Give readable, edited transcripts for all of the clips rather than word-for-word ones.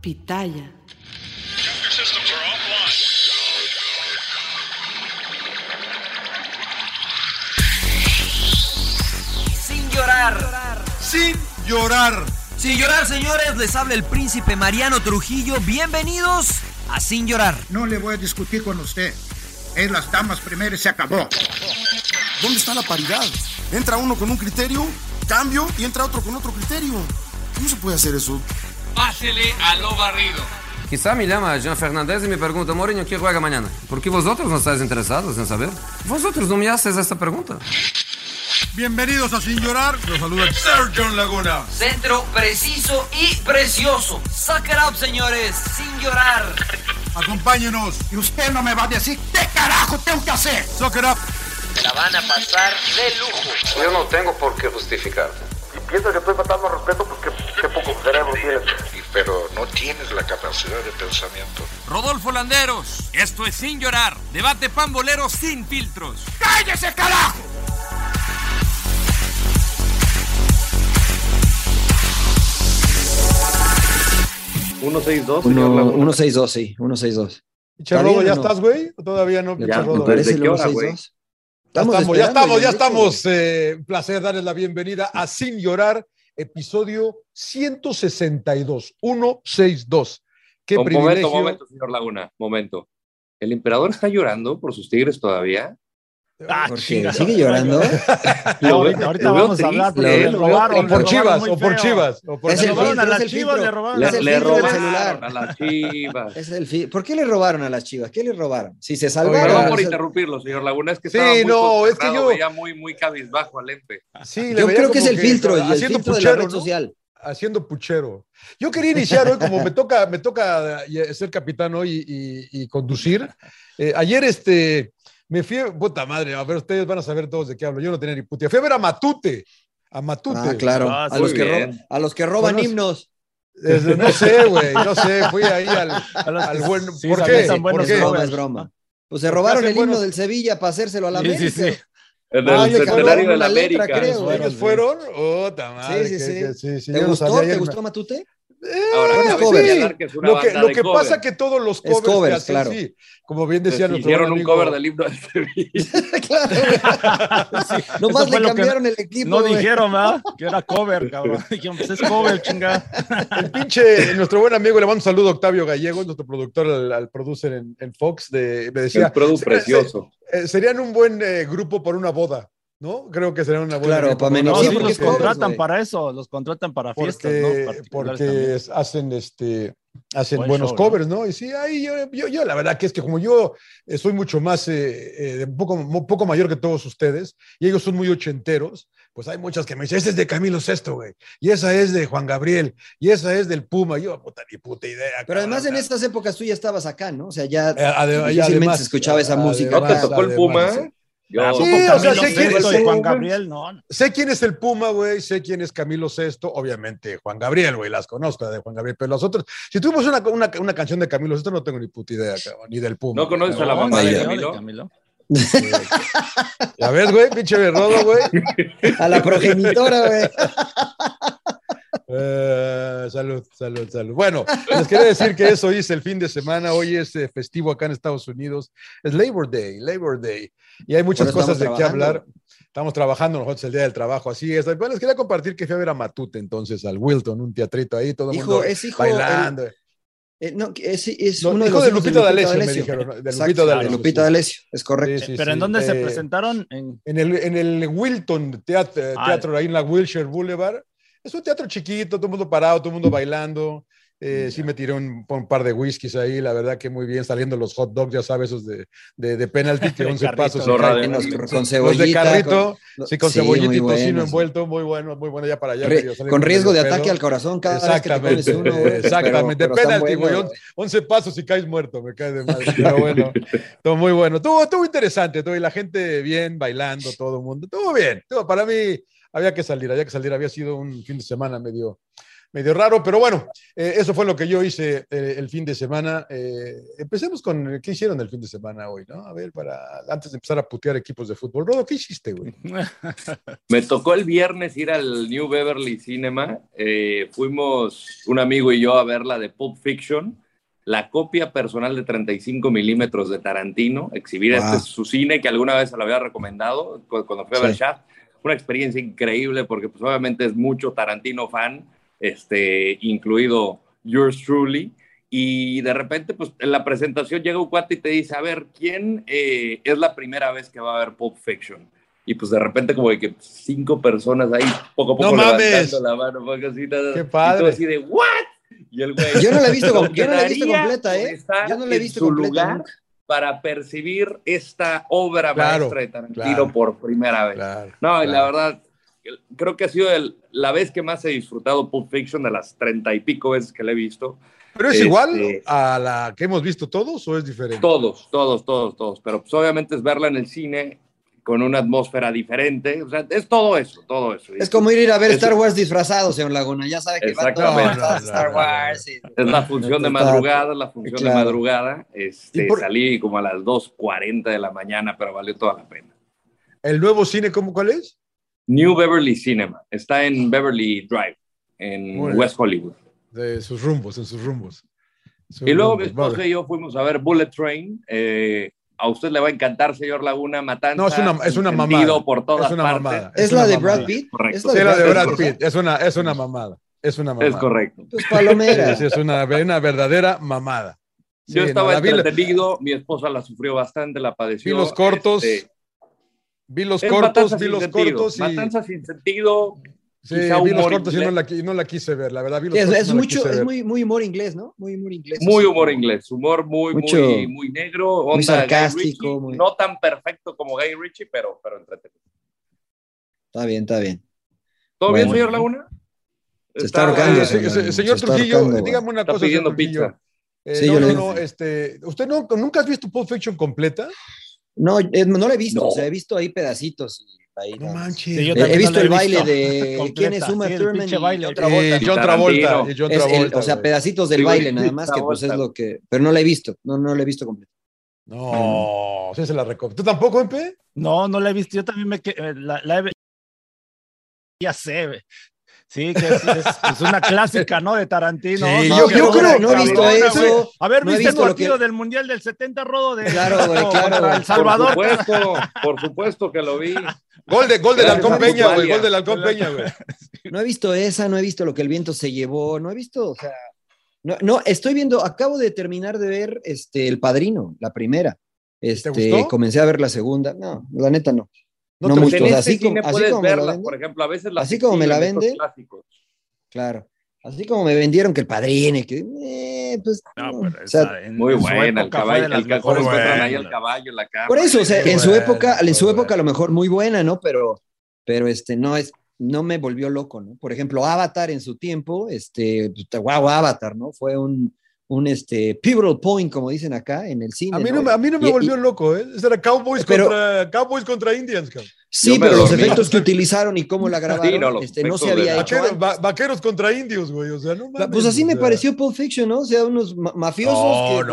Pitaya. Sin llorar. Sin llorar. Sin llorar, señores, les habla el príncipe Mariano Trujillo. Bienvenidos a Sin Llorar. No le voy a discutir con usted. Es las damas primero y se acabó. ¿Dónde está la paridad? Entra uno con un criterio, cambio, y entra otro con otro criterio. ¿Cómo se puede hacer eso? Pásele a lo barrido. Quizá me llama Jean Fernández y me pregunta, Mourinho, ¿quién juega mañana? ¿Por qué vosotros no estáis interesados en saber? Vosotros no me haces esta pregunta. Bienvenidos a Sin Llorar. Los saluda Sergio Laguna. Centro preciso y precioso. Suck it up, señores. Sin llorar. Acompáñenos. Y usted no me va a decir qué carajo tengo que hacer. Suck it up. Se la van a pasar de lujo. Yo no tengo por qué justificarte. Si piensas que estoy faltando al respeto, pues qué poco cerebro tienes. Pero no tienes la capacidad de pensamiento. Rodolfo Landeros. Esto es Sin Llorar. Debate pambolero sin filtros. ¡Cállese, carajo! ¿1-6-2? 1-6-2, sí, 1-6-2. Rodo, ¿ya estás, güey? ¿O todavía no? Ya, me parece el 1-6-2. Ya estamos. Un placer darles la bienvenida a Sin Llorar, episodio 162, 162. Qué privilegio. Momento, señor Laguna, momento. ¿El emperador está llorando por sus Tigres todavía? Porque sigue llorando. ahorita vamos a hablar. Le robaron por Chivas. Le robaron a las Chivas. Le robaron a las Chivas. ¿Por qué le robaron a las Chivas? ¿Qué le robaron? Si se salvaron. Perdón por interrumpirlo, señor Laguna. Es que estaba veía muy cabizbajo al Empe. Sí, yo creo que es el filtro y el filtro de la red social. Haciendo puchero. Yo quería iniciar hoy, como me toca ser capitán hoy y conducir. Ayer me fui, puta madre, a ver, ustedes van a saber todos de qué hablo. Yo no tenía ni puta. Fui a ver a Matute. Ah, claro. A los que roban himnos. No sé, güey. No sé. Fui ahí al buen. Sí, ¿Por qué? Es broma. Pues se robaron el himno del Sevilla para hacérselo a la América. Sí. El centenario de la América. ¿Ellos fueron? Puta madre. Sí. ¿Te gustó Matute? Ahora, que es una lo que pasa que todos los covers que hacen, claro. sí, como bien decía nuestro hicieron amigo, un cover del himno del Sevilla. Claro. Nomás le cambiaron el equipo. No dijeron, ¿verdad? Que era cover, cabrón. Dijeron, pues es cover, chingada. Nuestro buen amigo, le mando un saludo a Octavio Gallego, nuestro productor, al producer en Fox, me decía. El producto precioso. Serían un buen grupo para una boda. ¿No? Creo que será una buena. Claro, para menos. Sí, los contratan para eso, los contratan para fiestas, ¿no? Porque hacen buenos covers, ¿no? Y sí, ahí yo la verdad que es que como yo soy mucho más, un poco mayor que todos ustedes, y ellos son muy ochenteros, pues hay muchas que me dicen, esa es de Camilo Sesto, güey, y esa es de Juan Gabriel, y esa es del Puma, y yo, ni puta idea. Pero además en estas épocas tú ya estabas acá, ¿no? O sea, ya además se escuchaba esa música. ¿No te tocó el Puma? Juan Gabriel, no. Sé quién es el Puma, güey, sé quién es Camilo Sesto, obviamente Juan Gabriel, güey, las conozco de Juan Gabriel, pero los otros, si tuvimos una canción de Camilo Sesto, no tengo ni puta idea, cabrón, ni del Puma. ¿No conoces a la mamá de Camilo? Ya ves, güey, pinche Rodo, güey. A la progenitora, güey. Salud. Bueno, les quería decir que hoy es el fin de semana, hoy es festivo acá en Estados Unidos, es Labor Day, y hay muchas cosas de qué hablar. Estamos trabajando nosotros el día del trabajo, así es. Bueno, les quería compartir que fui a ver a Matute entonces, al Wilton, un teatrito ahí, todo el mundo bailando. Es uno de Lupito D'Alessio, me dijeron. De Lupito D'Alessio, es correcto. Sí, ¿pero en dónde se presentaron? En el Wilton Teatro, ahí en la Wilshire Boulevard. Es un teatro chiquito, todo el mundo parado, todo el mundo bailando. Sí me tiré un par de whiskies ahí, la verdad que muy bien, saliendo los hot dogs, ya sabes, esos de penalty, que 11 pasos. Con cebollita. Los de carrito, con cebollita y tocino envuelto, muy bueno ya para allá. Con riesgo de ataque al corazón cada vez que te pones uno. Exactamente, de penalty, güey, 11 pasos y caes muerto, me cae de madre, pero bueno, todo muy bueno. Estuvo interesante, y la gente bien, bailando, todo el mundo, estuvo bien, para mí había que salir, había sido un fin de semana medio medio raro, pero bueno, eso fue lo que yo hice el fin de semana. Empecemos con qué hicieron el fin de semana hoy, ¿no? A ver, antes de empezar a putear equipos de fútbol. Rodo, ¿qué hiciste, güey? Me tocó el viernes ir al New Beverly Cinema. Fuimos un amigo y yo a ver la de Pulp Fiction, la copia personal de 35 milímetros de Tarantino, exhibida. Este es su cine que alguna vez se lo había recomendado cuando fui a ver Shaft. Una experiencia increíble porque pues obviamente es mucho Tarantino fan, incluido yours truly, y de repente pues en la presentación llega un cuate y te dice, a ver, ¿quién es la primera vez que va a ver Pulp Fiction? Y pues de repente como de que 5 personas ahí poco a poco levantando la mano, así, ¡qué padre! Y tú así de, ¿what? Y el güey, yo no la he visto completa, yo no la he visto completa nunca. Para percibir esta obra maestra de Tarantino por primera vez. Y la verdad, creo que ha sido la vez que más he disfrutado Pulp Fiction, de las 30 y pico veces que la he visto. ¿Pero es igual a la que hemos visto todos o es diferente? Todos. Pero pues obviamente es verla en el cine con una atmósfera diferente. O sea, es todo eso. Es como ir a ver Star Wars disfrazado, señor Laguna. Ya sabe que va todo Star Wars. Es la función de madrugada. Salí como a las 2:40 de la mañana, pero valió toda la pena. ¿El nuevo cine cuál es? New Beverly Cinema. Está en Beverly Drive, en West Hollywood. En sus rumbos. Y luego mi esposa y yo fuimos a ver Bullet Train. A usted le va a encantar, señor Laguna. Matanza. No, es una mamada. Por todas es una partes. Mamada. ¿Es la de Brad Pitt? Correcto. Es la de Brad Pitt. Es una mamada. Es correcto. Pues palomera. Es una verdadera mamada. Yo estaba entretenido. Mi esposa la sufrió bastante, la padeció. Vi los cortos. Vi los cortos. Matanza sin sentido. Sí, vi los cortos y no la quise ver, la verdad. Es muy humor inglés, ¿no? Muy humor inglés. Muy humor inglés, humor muy negro, onda muy sarcástico. Ritchie, no tan perfecto como Guy Ritchie, pero entretenido. Está bien. ¿Todo bien, señor Laguna? Se está ahorcando. Señor Trujillo, dígame una cosa. Está pidiendo pizza. ¿Usted nunca has visto Pulp Fiction completa? No la he visto, o sea, he visto ahí pedacitos. Ahí, no manches. Sí, he visto el baile de ¿quién es Uma Thurman? John Travolta. O sea, pedacitos del baile nada más, que pues es lo que... Pero no la he visto, no la he visto completa. No, sí se la recomiendo. ¿Tú tampoco, Empe? No la he visto, yo también la he... Ya sé, sí, que es una clásica, ¿no? De Tarantino. Sí, yo creo, no he visto eso. A ver, ¿viste el partido del Mundial del 70, Rodo? Claro, güey, claro. El Salvador. Por supuesto que lo vi. Gol del Halcón Peña, güey. Gol del Halcón Peña, güey. No he visto esa, no he visto Lo que el viento se llevó, no he visto, o sea... No, estoy viendo, acabo de terminar de ver El Padrino, la primera. ¿Te gustó? Comencé a ver la segunda. No, la neta no. No mucho. O sea, así como verla, por ejemplo, a veces así como me la venden. Claro. Así como me vendieron que El Padrino y que pues no, pero o sea, muy buena, el caballo, encuentran ahí el caballo en la cama. Por eso, o sea, en su época a lo mejor muy buena, ¿no? Pero no me volvió loco, ¿no? Por ejemplo, Avatar en su tiempo, wow, Avatar, ¿no? Fue un pivotal point, como dicen acá en el cine. A mí no me volvió loco, ¿eh? Eso era Cowboys contra Indians, cabrón. Sí, pero los efectos que utilizaron y cómo la grabaron, no se había hecho vaqueros contra indios, güey, o sea, no mames. Pues así me pareció Pulp Fiction, ¿no? O sea, unos mafiosos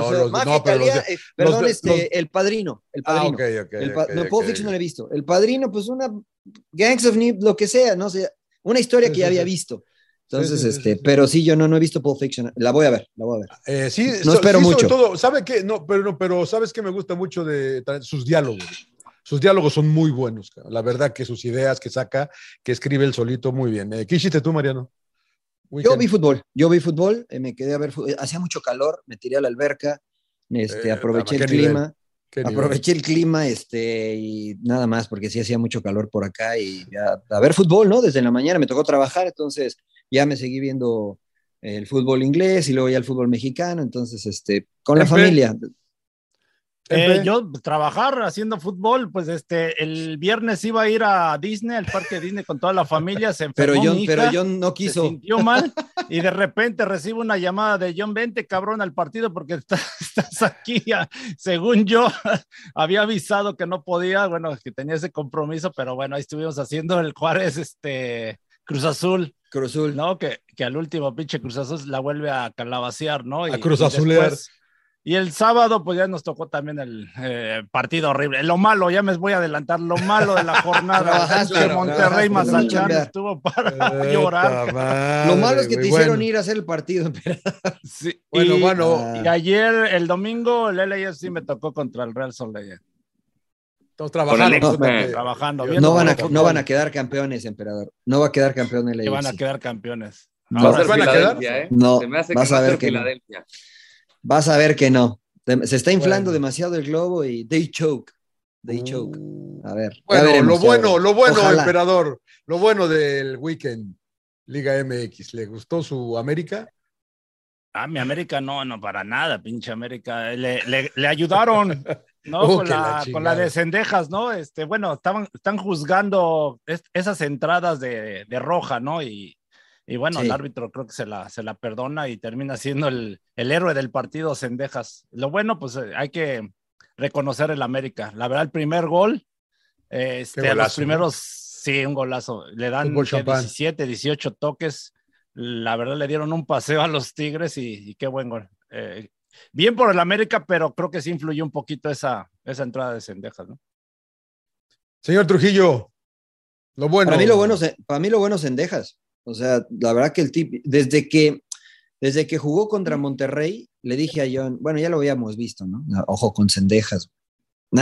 El Padrino. Pulp Fiction no lo he visto. El Padrino, pues una Gangs of New, lo que sea, no sé, una historia que ya había visto. Entonces, pero sí, yo no he visto Pulp Fiction. La voy a ver. Sí, no espero mucho. Sobre todo, ¿sabe qué? Pero ¿sabes qué me gusta mucho de sus diálogos? Sus diálogos son muy buenos, la verdad que sus ideas que saca, que escribe él solito, muy bien. ¿Qué hiciste tú, Mariano? Yo vi fútbol, me quedé a ver fútbol. Hacía mucho calor, me tiré a la alberca, aproveché el clima. Aproveché el clima y nada más, porque sí hacía mucho calor por acá y a ver fútbol, ¿no? Desde la mañana me tocó trabajar, entonces ya me seguí viendo el fútbol inglés y luego ya el fútbol mexicano, entonces con la familia. Yo trabajar haciendo fútbol, pues el viernes iba a ir a Disney, al parque de Disney con toda la familia, se enfermó mi hija, pero John no quiso. Se sintió mal y de repente recibo una llamada de John, vente cabrón al partido porque estás aquí. Según yo había avisado que no podía, bueno, que tenía ese compromiso, pero bueno, ahí estuvimos haciendo el Juárez, Cruz Azul. Cruz Azul. ¿No? Que al último pinche Cruz Azul la vuelve a calabacear, ¿no? A Cruz Azulear. Y el sábado, pues ya nos tocó también el partido horrible. Lo malo, ya me voy a adelantar, lo malo de la jornada. Monterrey Mazatlán estuvo para llorar. Lo malo es que te hicieron ir a hacer el partido. Sí. Y ayer, el domingo, el LAFC me tocó contra el Real Salt Lake. Estamos trabajando. Trabajando. No van a quedar campeones, emperador. No va a quedar campeón el LAFC. Que van a quedar campeones. No, ¿van a quedar? No, se me hace vas que a ver que no. Vas a ver que no. Se está inflando demasiado el globo y they choke. A ver. Bueno, veremos, lo bueno, Ojalá. emperador, lo bueno del weekend Liga MX. ¿Le gustó su América? Mi América no, para nada, pinche América. Le ayudaron, ¿no? Con la de Cendejas, ¿no? Bueno, están juzgando esas entradas de roja, ¿no? Y bueno, sí. El árbitro creo que se la perdona y termina siendo el héroe del partido Cendejas. Lo bueno, pues hay que reconocer el América. La verdad, el primer gol, los primeros, sí, un golazo. Le dan 17, 18 toques. La verdad, le dieron un paseo a los Tigres y qué buen gol. Bien por el América, pero creo que sí influyó un poquito esa entrada de Cendejas, ¿no? Señor Trujillo, lo bueno. Para mí lo bueno Cendejas. O sea, la verdad que el tipo, desde que jugó contra Monterrey, le dije a John, bueno, ya lo habíamos visto, ¿no? Ojo con Cendejas. No.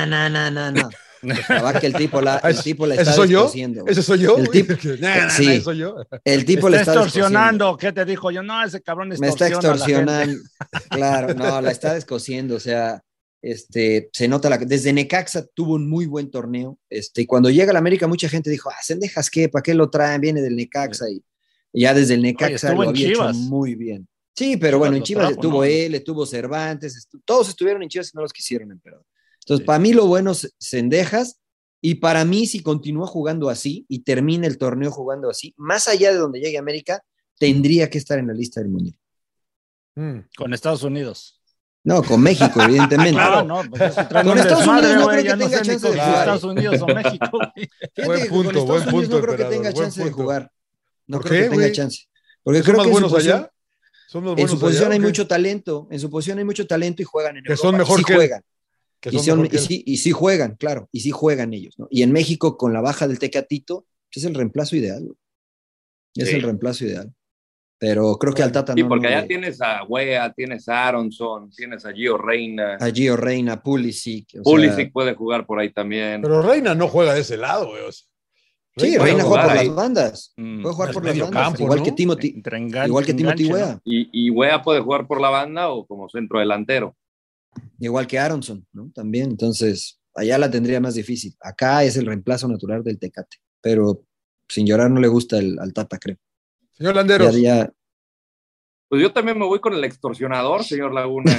La verdad que el tipo la está descosiendo. ¿Ese soy yo? El tipo, sí, soy yo. El tipo le está extorsionando. ¿Qué te dijo yo? No, ese cabrón me está extorsionando. Claro, no, la está descosiendo. O sea, se nota desde Necaxa tuvo un muy buen torneo. Y cuando llega a la América, mucha gente dijo, Cendejas, ¿qué? ¿Para qué lo traen? Viene del Necaxa. Y ya desde el Necaxa lo había hecho muy bien. Sí, pero bueno, en Chivas estuvo él, estuvo Cervantes, todos estuvieron en Chivas y no los quisieron, emperador. Entonces, para mí lo bueno es Cendejas, y para mí si continúa jugando así y termina el torneo jugando así, más allá de donde llegue América, tendría que estar en la lista del Mundial. Con Estados Unidos. No, con México, evidentemente. Claro, no, pues con Estados Unidos no creo que tenga chance de jugar. Estados Unidos o México. Buen punto, buen punto. No creo que tenga chance de jugar. No ¿Por creo qué, que tenga chance. Porque ¿Son creo más que buenos allá? En su posición hay mucho talento. En su posición hay mucho talento y juegan en Europa. Que son mejor que juegan. Y sí juegan, claro. Y sí juegan ellos, ¿no? Y en México, con la baja del Tecatito, es el reemplazo ideal. Es el reemplazo ideal. Pero creo que al Tata no. Sí, porque allá tienes a Wea, tienes a Aronson, tienes a Gio Reyna. Pulisic. Pulisic puede jugar por ahí también. Pero Reina no juega de ese lado, güey. Sí, Reina juega por las bandas. Puede jugar por las bandas. Campo, igual, ¿no? que Timothy Wea. ¿No? Y Wea puede jugar por la banda o como centro delantero. Igual que Aronson, ¿no? También. Entonces, allá la tendría más difícil. Acá es el reemplazo natural del Tecate. Pero sin llorar no le gusta al Tata, creo. Señor Landeros. Pues yo también me voy con el extorsionador, señor Laguna.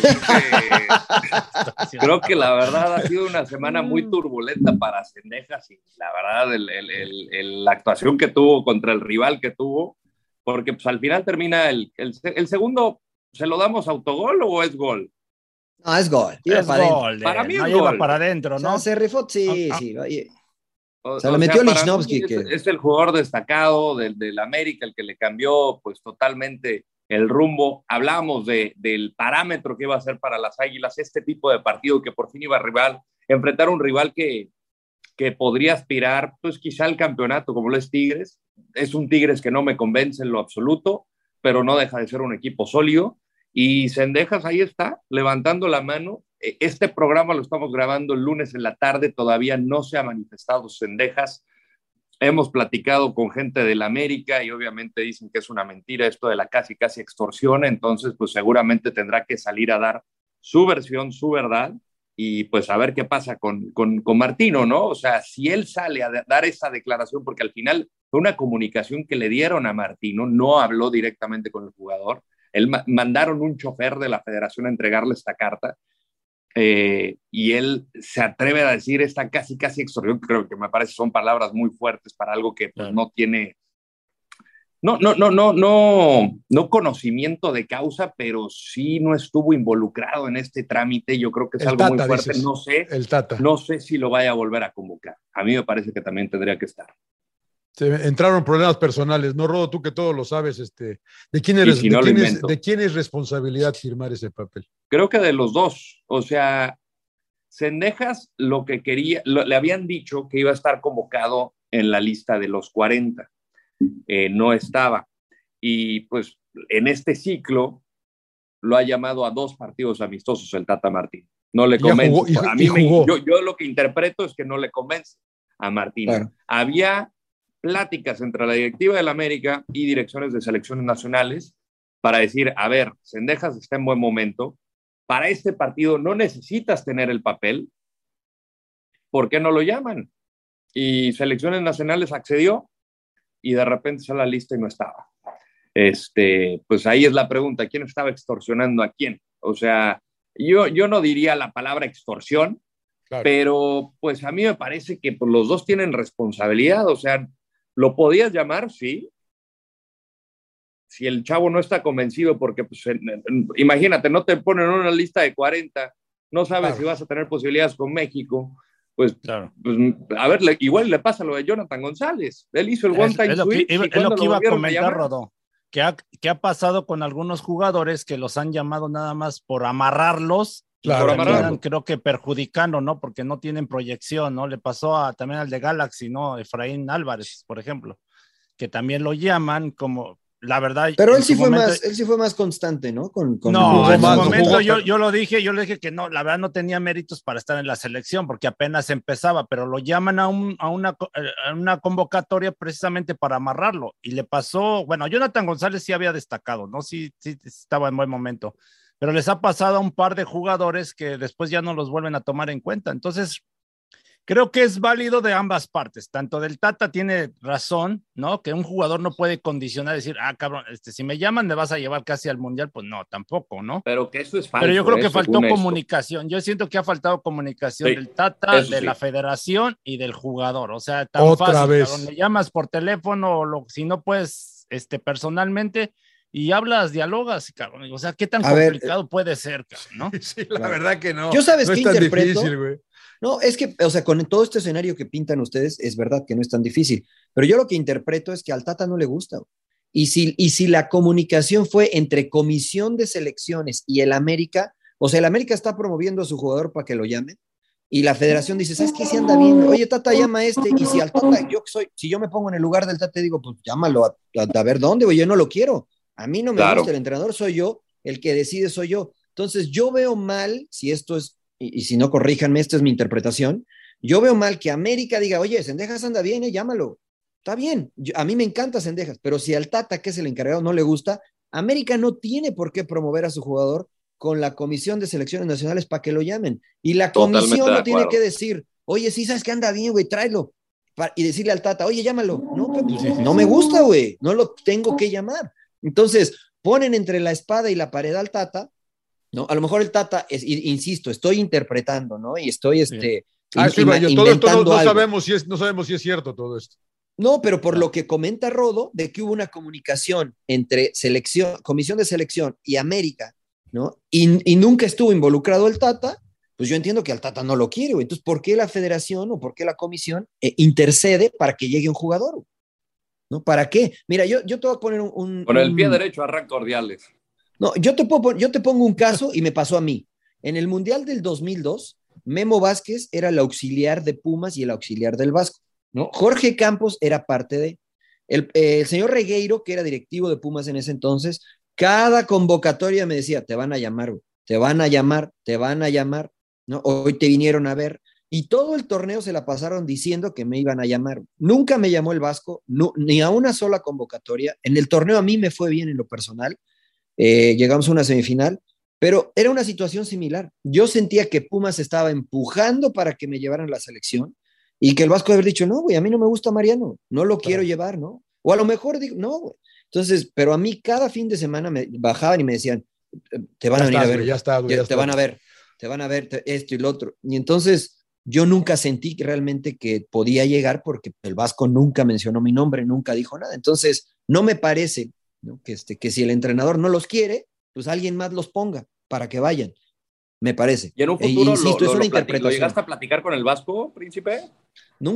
Creo que la verdad ha sido una semana muy turbulenta para Cendejas y la verdad la actuación que tuvo contra el rival que tuvo, porque pues al final termina el segundo, ¿se lo damos autogol o es gol? No, es gol. Para mí es gol. Para adentro, ¿no? O sea, se rifó, sí. Se lo metió Lichnowsky. Es el jugador destacado del América, el que le cambió pues totalmente el rumbo. Hablamos del parámetro que iba a ser para las Águilas este tipo de partido, que por fin iba a enfrentar un rival que podría aspirar pues quizá al campeonato, como lo es Tigres. Es un Tigres que no me convence en lo absoluto, pero no deja de ser un equipo sólido. Y Cendejas ahí está, levantando la mano. Este programa lo estamos grabando el lunes en la tarde, todavía no se ha manifestado Cendejas. Hemos platicado con gente del América y obviamente dicen que es una mentira esto de la casi extorsión, entonces pues seguramente tendrá que salir a dar su versión, su verdad, y pues a ver qué pasa con Martino, ¿no? O sea, si él sale a dar esa declaración, porque al final fue una comunicación que le dieron a Martino, no habló directamente con el jugador. Mandaron un chofer de la federación a entregarle esta carta y él se atreve a decir esta casi extorsión, que creo que me parece son palabras muy fuertes para algo que pues, no tiene no conocimiento de causa, pero sí no estuvo involucrado en este trámite. Yo creo que es algo muy fuerte. Dices, no sé si lo vaya a volver a convocar. A mí me parece que también tendría que estar. entraron problemas personales, ¿no, Rodo? Tú que todo lo sabes, ¿de quién es responsabilidad firmar ese papel? Creo que de los dos. O sea, Zendejas lo que quería, le habían dicho que iba a estar convocado en la lista de los 40. No estaba. Y pues en este ciclo lo ha llamado a 2 partidos amistosos el Tata Martino. No le convence. Yo lo que interpreto es que no le convence a Martino. Claro. Había pláticas entre la directiva del América y direcciones de selecciones nacionales para decir, a ver, Zendejas está en buen momento, para este partido no necesitas tener el papel, ¿por qué no lo llaman? Y selecciones nacionales accedió y de repente sale la lista y no estaba. Pues ahí es la pregunta, ¿quién estaba extorsionando a quién? O sea, yo no diría la palabra extorsión, claro, pero pues a mí me parece que pues, los dos tienen responsabilidad. O sea, ¿lo podías llamar? Sí. Si el chavo no está convencido, porque pues, imagínate, no te ponen en una lista de 40, no sabes si vas a tener posibilidades con México, pues, claro, pues a ver, igual le pasa lo de Jonathan González. Él hizo el one-time switch. Es lo que iba a comentar, Rodó. ¿Qué ha pasado con algunos jugadores que los han llamado nada más por amarrarlos? Claro. Creo que perjudicando, ¿no? Porque no tienen proyección, ¿no? Le pasó también al de Galaxy, ¿no? Efraín Álvarez, por ejemplo, que también lo llaman como, la verdad. Pero él sí fue más constante, ¿no? En su momento yo le dije que no, la verdad no tenía méritos para estar en la selección porque apenas empezaba, pero lo llaman a una convocatoria precisamente para amarrarlo. Y le pasó, bueno, Jonathan González sí había destacado, ¿no? Sí estaba en buen momento. Pero les ha pasado a un par de jugadores que después ya no los vuelven a tomar en cuenta. Entonces, creo que es válido de ambas partes. Tanto del Tata tiene razón, ¿no? Que un jugador no puede condicionar, decir, cabrón, si me llaman me vas a llevar casi al Mundial. Pues no, tampoco, ¿no? Pero que eso es falso. Pero yo creo que faltó comunicación. Yo siento que ha faltado comunicación del Tata, de la federación y del jugador. O sea, tan otra fácil, vez. Cabrón, le llamas por teléfono o si no puedes personalmente y hablas, dialogas, cabrón. O sea, ¿qué tan complicado puede ser, cabrón, no? Sí, la verdad que no. ¿Yo sabes no qué es tan interpreto? Difícil, güey. No, es que, o sea, con todo este escenario que pintan ustedes, es verdad que no es tan difícil, pero yo lo que interpreto es que al Tata no le gusta. Y si la comunicación fue entre comisión de selecciones y el América, o sea, el América está promoviendo a su jugador para que lo llamen, y la federación dice, ¿sabes qué? Si anda bien, oye, Tata, llama a y si al Tata, si yo me pongo en el lugar del Tata, digo, pues llámalo a ver dónde, güey, yo no lo quiero. A mí no me gusta, el entrenador soy yo, el que decide soy yo. Entonces, yo veo mal, si esto es, y si no, corríjanme, esta es mi interpretación, yo veo mal que América diga, oye, Zendejas anda bien, llámalo. Está bien, a mí me encanta Zendejas, pero si al Tata, que es el encargado, no le gusta, América no tiene por qué promover a su jugador con la Comisión de Selecciones Nacionales para que lo llamen. Y la comisión no tiene que decir, oye, sí sabes que anda bien, güey, tráelo. Y decirle al Tata, oye, llámalo. No, pues, no me gusta, güey, no lo tengo que llamar. Entonces, ponen entre la espada y la pared al Tata, ¿no? A lo mejor el Tata, insisto, estoy interpretando, ¿no? Y estoy todo esto no sabemos si es cierto todo esto. No, pero por lo que comenta Rodo, de que hubo una comunicación entre Comisión de Selección y América, ¿no? Y nunca estuvo involucrado el Tata, pues yo entiendo que al Tata no lo quiere, güey. Entonces, ¿por qué la federación o por qué la comisión intercede para que llegue un jugador? ¿No? ¿Para qué? Mira, yo te voy a poner Con el pie derecho arranca Ordiales. No, yo te pongo un caso y me pasó a mí. En el Mundial del 2002, Memo Vázquez era el auxiliar de Pumas y el auxiliar del Vasco, ¿no? Jorge Campos era parte de... El señor Regueiro, que era directivo de Pumas en ese entonces, cada convocatoria me decía, te van a llamar, te van a llamar, ¿no? Hoy te vinieron a ver. Y todo el torneo se la pasaron diciendo que me iban a llamar. Nunca me llamó el Vasco, ni a una sola convocatoria. En el torneo a mí me fue bien en lo personal. Llegamos a una semifinal, pero era una situación similar. Yo sentía que Pumas estaba empujando para que me llevaran a la selección y que el Vasco debe haber dicho, no, güey, a mí no me gusta Mariano, no lo quiero llevar, ¿no? O a lo mejor digo, no, güey. Entonces, pero a mí cada fin de semana me bajaban y me decían, te van a venir a ver, te van a ver esto y lo otro. Y entonces yo nunca sentí realmente que podía llegar porque el Vasco nunca mencionó mi nombre, nunca dijo nada. Entonces, no me parece, ¿no? Que si el entrenador no los quiere, pues alguien más los ponga para que vayan, me parece. Y en un futuro insisto, es una ¿lo interpretación. llegaste a platicar con el Vasco, Príncipe? Nunca,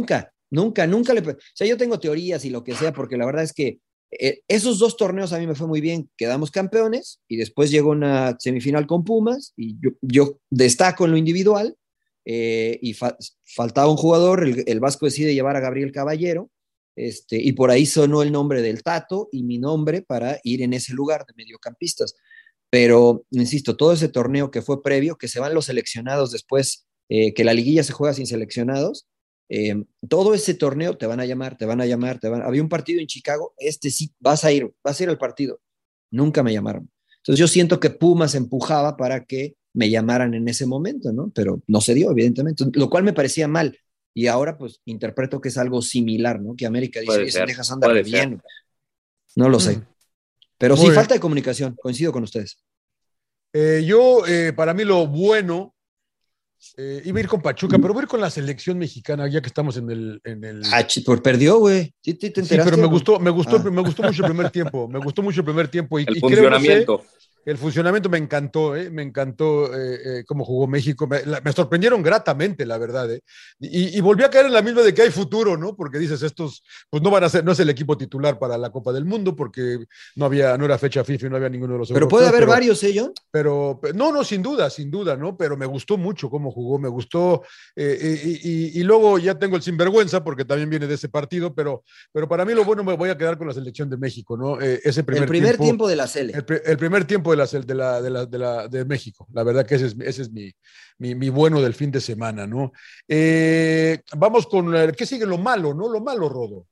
Nunca o sea, yo tengo teorías y lo que sea, porque la verdad es que esos 2 torneos a mí me fue muy bien, quedamos campeones y después llegó una semifinal con Pumas y yo destaco en lo individual y faltaba un jugador, el Vasco decide llevar a Gabriel Caballero y por ahí sonó el nombre del Tato y mi nombre para ir en ese lugar de mediocampistas. Pero, insisto, todo ese torneo que fue previo, que se van los seleccionados después, que la liguilla se juega sin seleccionados, todo ese torneo te van a llamar. Había un partido en Chicago, sí, vas a ir al partido. Nunca me llamaron. Entonces yo siento que Pumas empujaba para que me llamaran en ese momento, ¿no? Pero no se dio, evidentemente, lo cual me parecía mal. Y ahora, pues, interpreto que es algo similar, ¿no? Que América dice, se dejas andar bien. No lo sé. Pero sí, falta de comunicación, coincido con ustedes. Para mí lo bueno, iba a ir con Pachuca, pero voy a ir con la selección mexicana, ya que estamos en el... perdió, güey. ¿Sí te enteraste? Sí, pero me gustó mucho el primer tiempo. Me gustó mucho el primer tiempo. El funcionamiento. Creo, el funcionamiento me encantó cómo jugó México. Me sorprendieron gratamente, la verdad. Y volví a caer en la misma de que hay futuro, ¿no? Porque dices, estos pues no van a ser, no es el equipo titular para la Copa del Mundo, porque no era fecha FIFA y no había ninguno de los Pero puede haber varios, John. Pero no, sin duda, ¿no? Pero me gustó mucho cómo jugó, me gustó. Y luego ya tengo el sinvergüenza, porque también viene de ese partido, pero para mí lo bueno, me voy a quedar con la selección de México, ¿no? Ese el primer tiempo de la Sele. El primer tiempo de México. La verdad que ese es mi bueno del fin de semana, ¿no? Vamos con ¿qué sigue? Lo malo, ¿no? Lo malo, Rodo.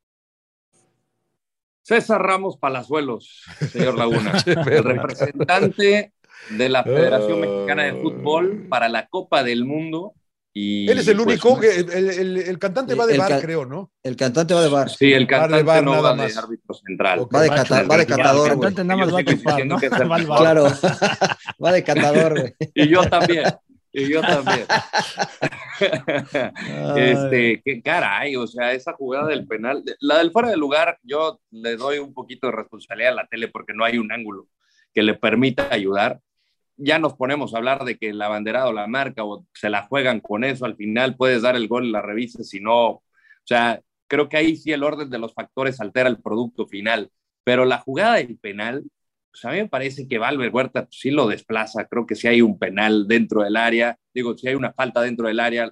César Ramos Palazuelos, señor Laguna, el representante de la Federación Mexicana de Fútbol para la Copa del Mundo. Y él es el único, que el cantante va de bar, creo, ¿no? El cantante va de bar. Sí, el cantante bar, no va de árbitro central. Okay. Va de catador, güey. El cantante nada más va a chupar, ¿no? Claro, va de catador, güey. Y yo también. Qué caray, o sea, esa jugada del penal, la del fuera de lugar, yo le doy un poquito de responsabilidad a la tele porque no hay un ángulo que le permita ayudar. Ya nos ponemos a hablar de que el abanderado la marca o se la juegan con eso, al final puedes dar el gol y la revises, si no, o sea, creo que ahí sí el orden de los factores altera el producto final, pero la jugada del penal, pues a mí me parece que Valver Huerta pues, sí lo desplaza, creo que sí hay un penal dentro del área, sí hay una falta dentro del área,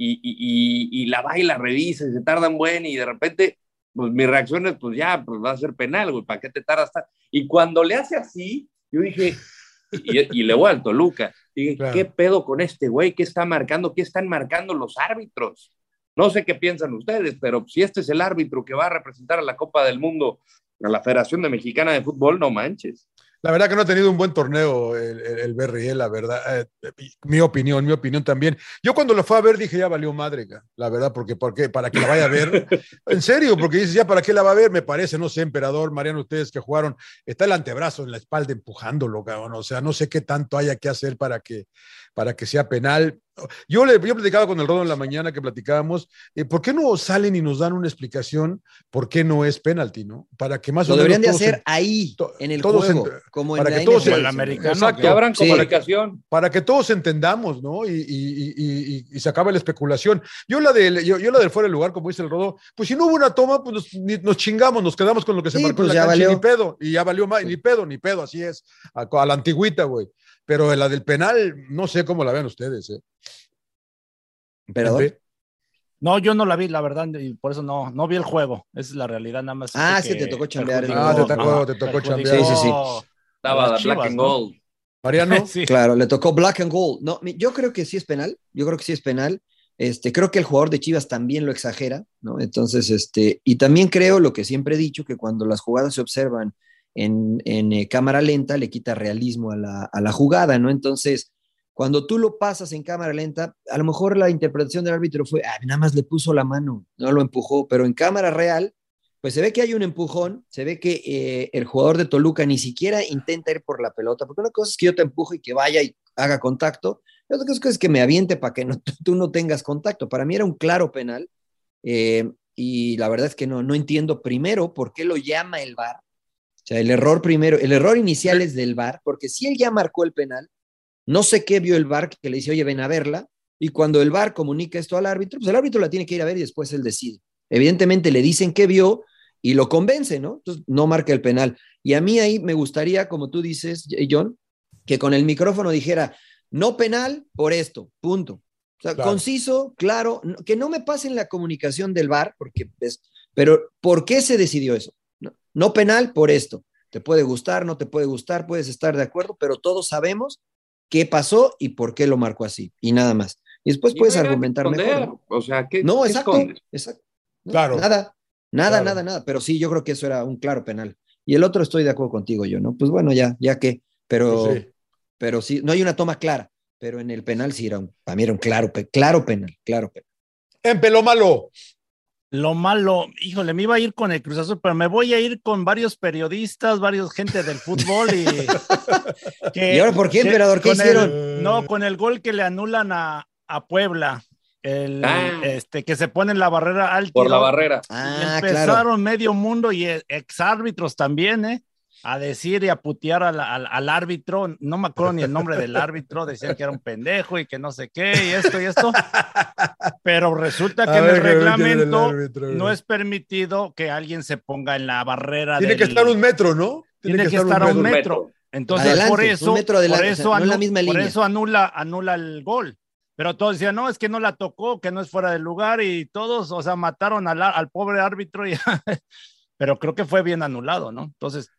y la va y la revisa, y se tardan buen, y de repente, pues mi reacción es, pues ya, pues va a ser penal, güey, ¿para qué te tardas? Y cuando le hace así, yo dije... Y le voy al Toluca. Dije, claro. ¿Qué pedo con este güey? ¿Qué está marcando? ¿Qué están marcando los árbitros? No sé qué piensan ustedes, pero si este es el árbitro que va a representar a la Copa del Mundo, a la Federación Mexicana de Fútbol, no manches. La verdad que no ha tenido un buen torneo el BRL, la verdad. Mi opinión también. Yo cuando lo fue a ver dije, ya valió madre, la verdad, porque para que la vaya a ver. En serio, porque dices, ya para qué la va a ver, me parece, no sé, Emperador, Mariano, ustedes que jugaron, está el antebrazo en la espalda empujándolo, cabrón. O sea, no sé qué tanto haya que hacer para que sea penal. Yo platicaba con el Rodo en la mañana que platicábamos, ¿por qué no salen y nos dan una explicación por qué no es penalti, no? Para que más lo o menos deberían de hacer ahí, en el juego, como en la NFL. El americano. Exacto, que abran comunicación. Para que todos entendamos, ¿no? Y se acabe la especulación. Yo la del fuera de lugar, como dice el Rodo, pues si no hubo una toma, pues nos chingamos, nos quedamos con lo que se marcó pues en la cancha, valió. Ni pedo, y ya valió más, ni pedo, así es, a la antigüita, güey. Pero la del penal, no sé cómo la vean ustedes, ¿Emperador? No, yo no la vi, la verdad, y por eso no vi el juego. Esa es la realidad, nada más. Es que te tocó chambear. Te tocó chambear. Sí. Estaba Black and Gold. Mariano. Sí. Claro, le tocó Black and Gold. No, yo creo que sí es penal. Creo que el jugador de Chivas también lo exagera, ¿no? Entonces, y también creo lo que siempre he dicho, que cuando las jugadas se observan en cámara lenta, le quita realismo a la jugada, ¿no? Entonces, cuando tú lo pasas en cámara lenta, a lo mejor la interpretación del árbitro fue, nada más le puso la mano, no lo empujó, pero en cámara real, pues se ve que hay un empujón, se ve que el jugador de Toluca ni siquiera intenta ir por la pelota, porque una cosa es que yo te empujo y que vaya y haga contacto, y otra cosa es que me aviente para que tú no tengas contacto. Para mí era un claro penal, y la verdad es que no entiendo primero por qué lo llama el VAR. O sea, el error inicial es del VAR, porque si él ya marcó el penal, no sé qué vio el VAR que le dice, oye, ven a verla, y cuando el VAR comunica esto al árbitro, pues el árbitro la tiene que ir a ver y después él decide. Evidentemente le dicen que vio y lo convence, ¿no? Entonces no marca el penal. Y a mí ahí me gustaría, como tú dices, John, que con el micrófono dijera, no penal por esto, punto. O sea, claro. Conciso, claro, que no me pasen la comunicación del VAR, pero ¿por qué se decidió eso? No penal por esto. Te puede gustar, no te puede gustar, puedes estar de acuerdo, pero todos sabemos qué pasó y por qué lo marcó así, y nada más. Y después puedes argumentar mejor, ¿no? O sea, no, ¿qué exacto. No, claro. Nada. Pero sí, yo creo que eso era un claro penal. Y el otro estoy de acuerdo contigo, yo, ¿no? Pues bueno, ya que, pero sí, no hay una toma clara, pero en el penal sí para mí era un claro penal. Lo malo. Lo malo, híjole, me iba a ir con el Cruz Azul, pero me voy a ir con varios periodistas, gente del fútbol y... ¿Y ahora por qué, emperador? ¿Qué hicieron? Con el gol que le anulan a Puebla, que se pone en la barrera al tiro. Por la barrera. Empezaron medio mundo y exárbitros también, a decir y a putear al árbitro, no me acuerdo ni el nombre del árbitro, decían que era un pendejo y que no sé qué, y esto, pero resulta que en el reglamento no es permitido que alguien se ponga en la barrera. Tiene que estar 1 metro, ¿no? Tiene que estar a 1 metro. Entonces, adelante, por eso, 1 metro adelante, por línea. eso anula el gol. Pero todos decían, no, es que no la tocó, que no es fuera del lugar, y todos, o sea, mataron al pobre árbitro, pero creo que fue bien anulado, ¿no? Entonces,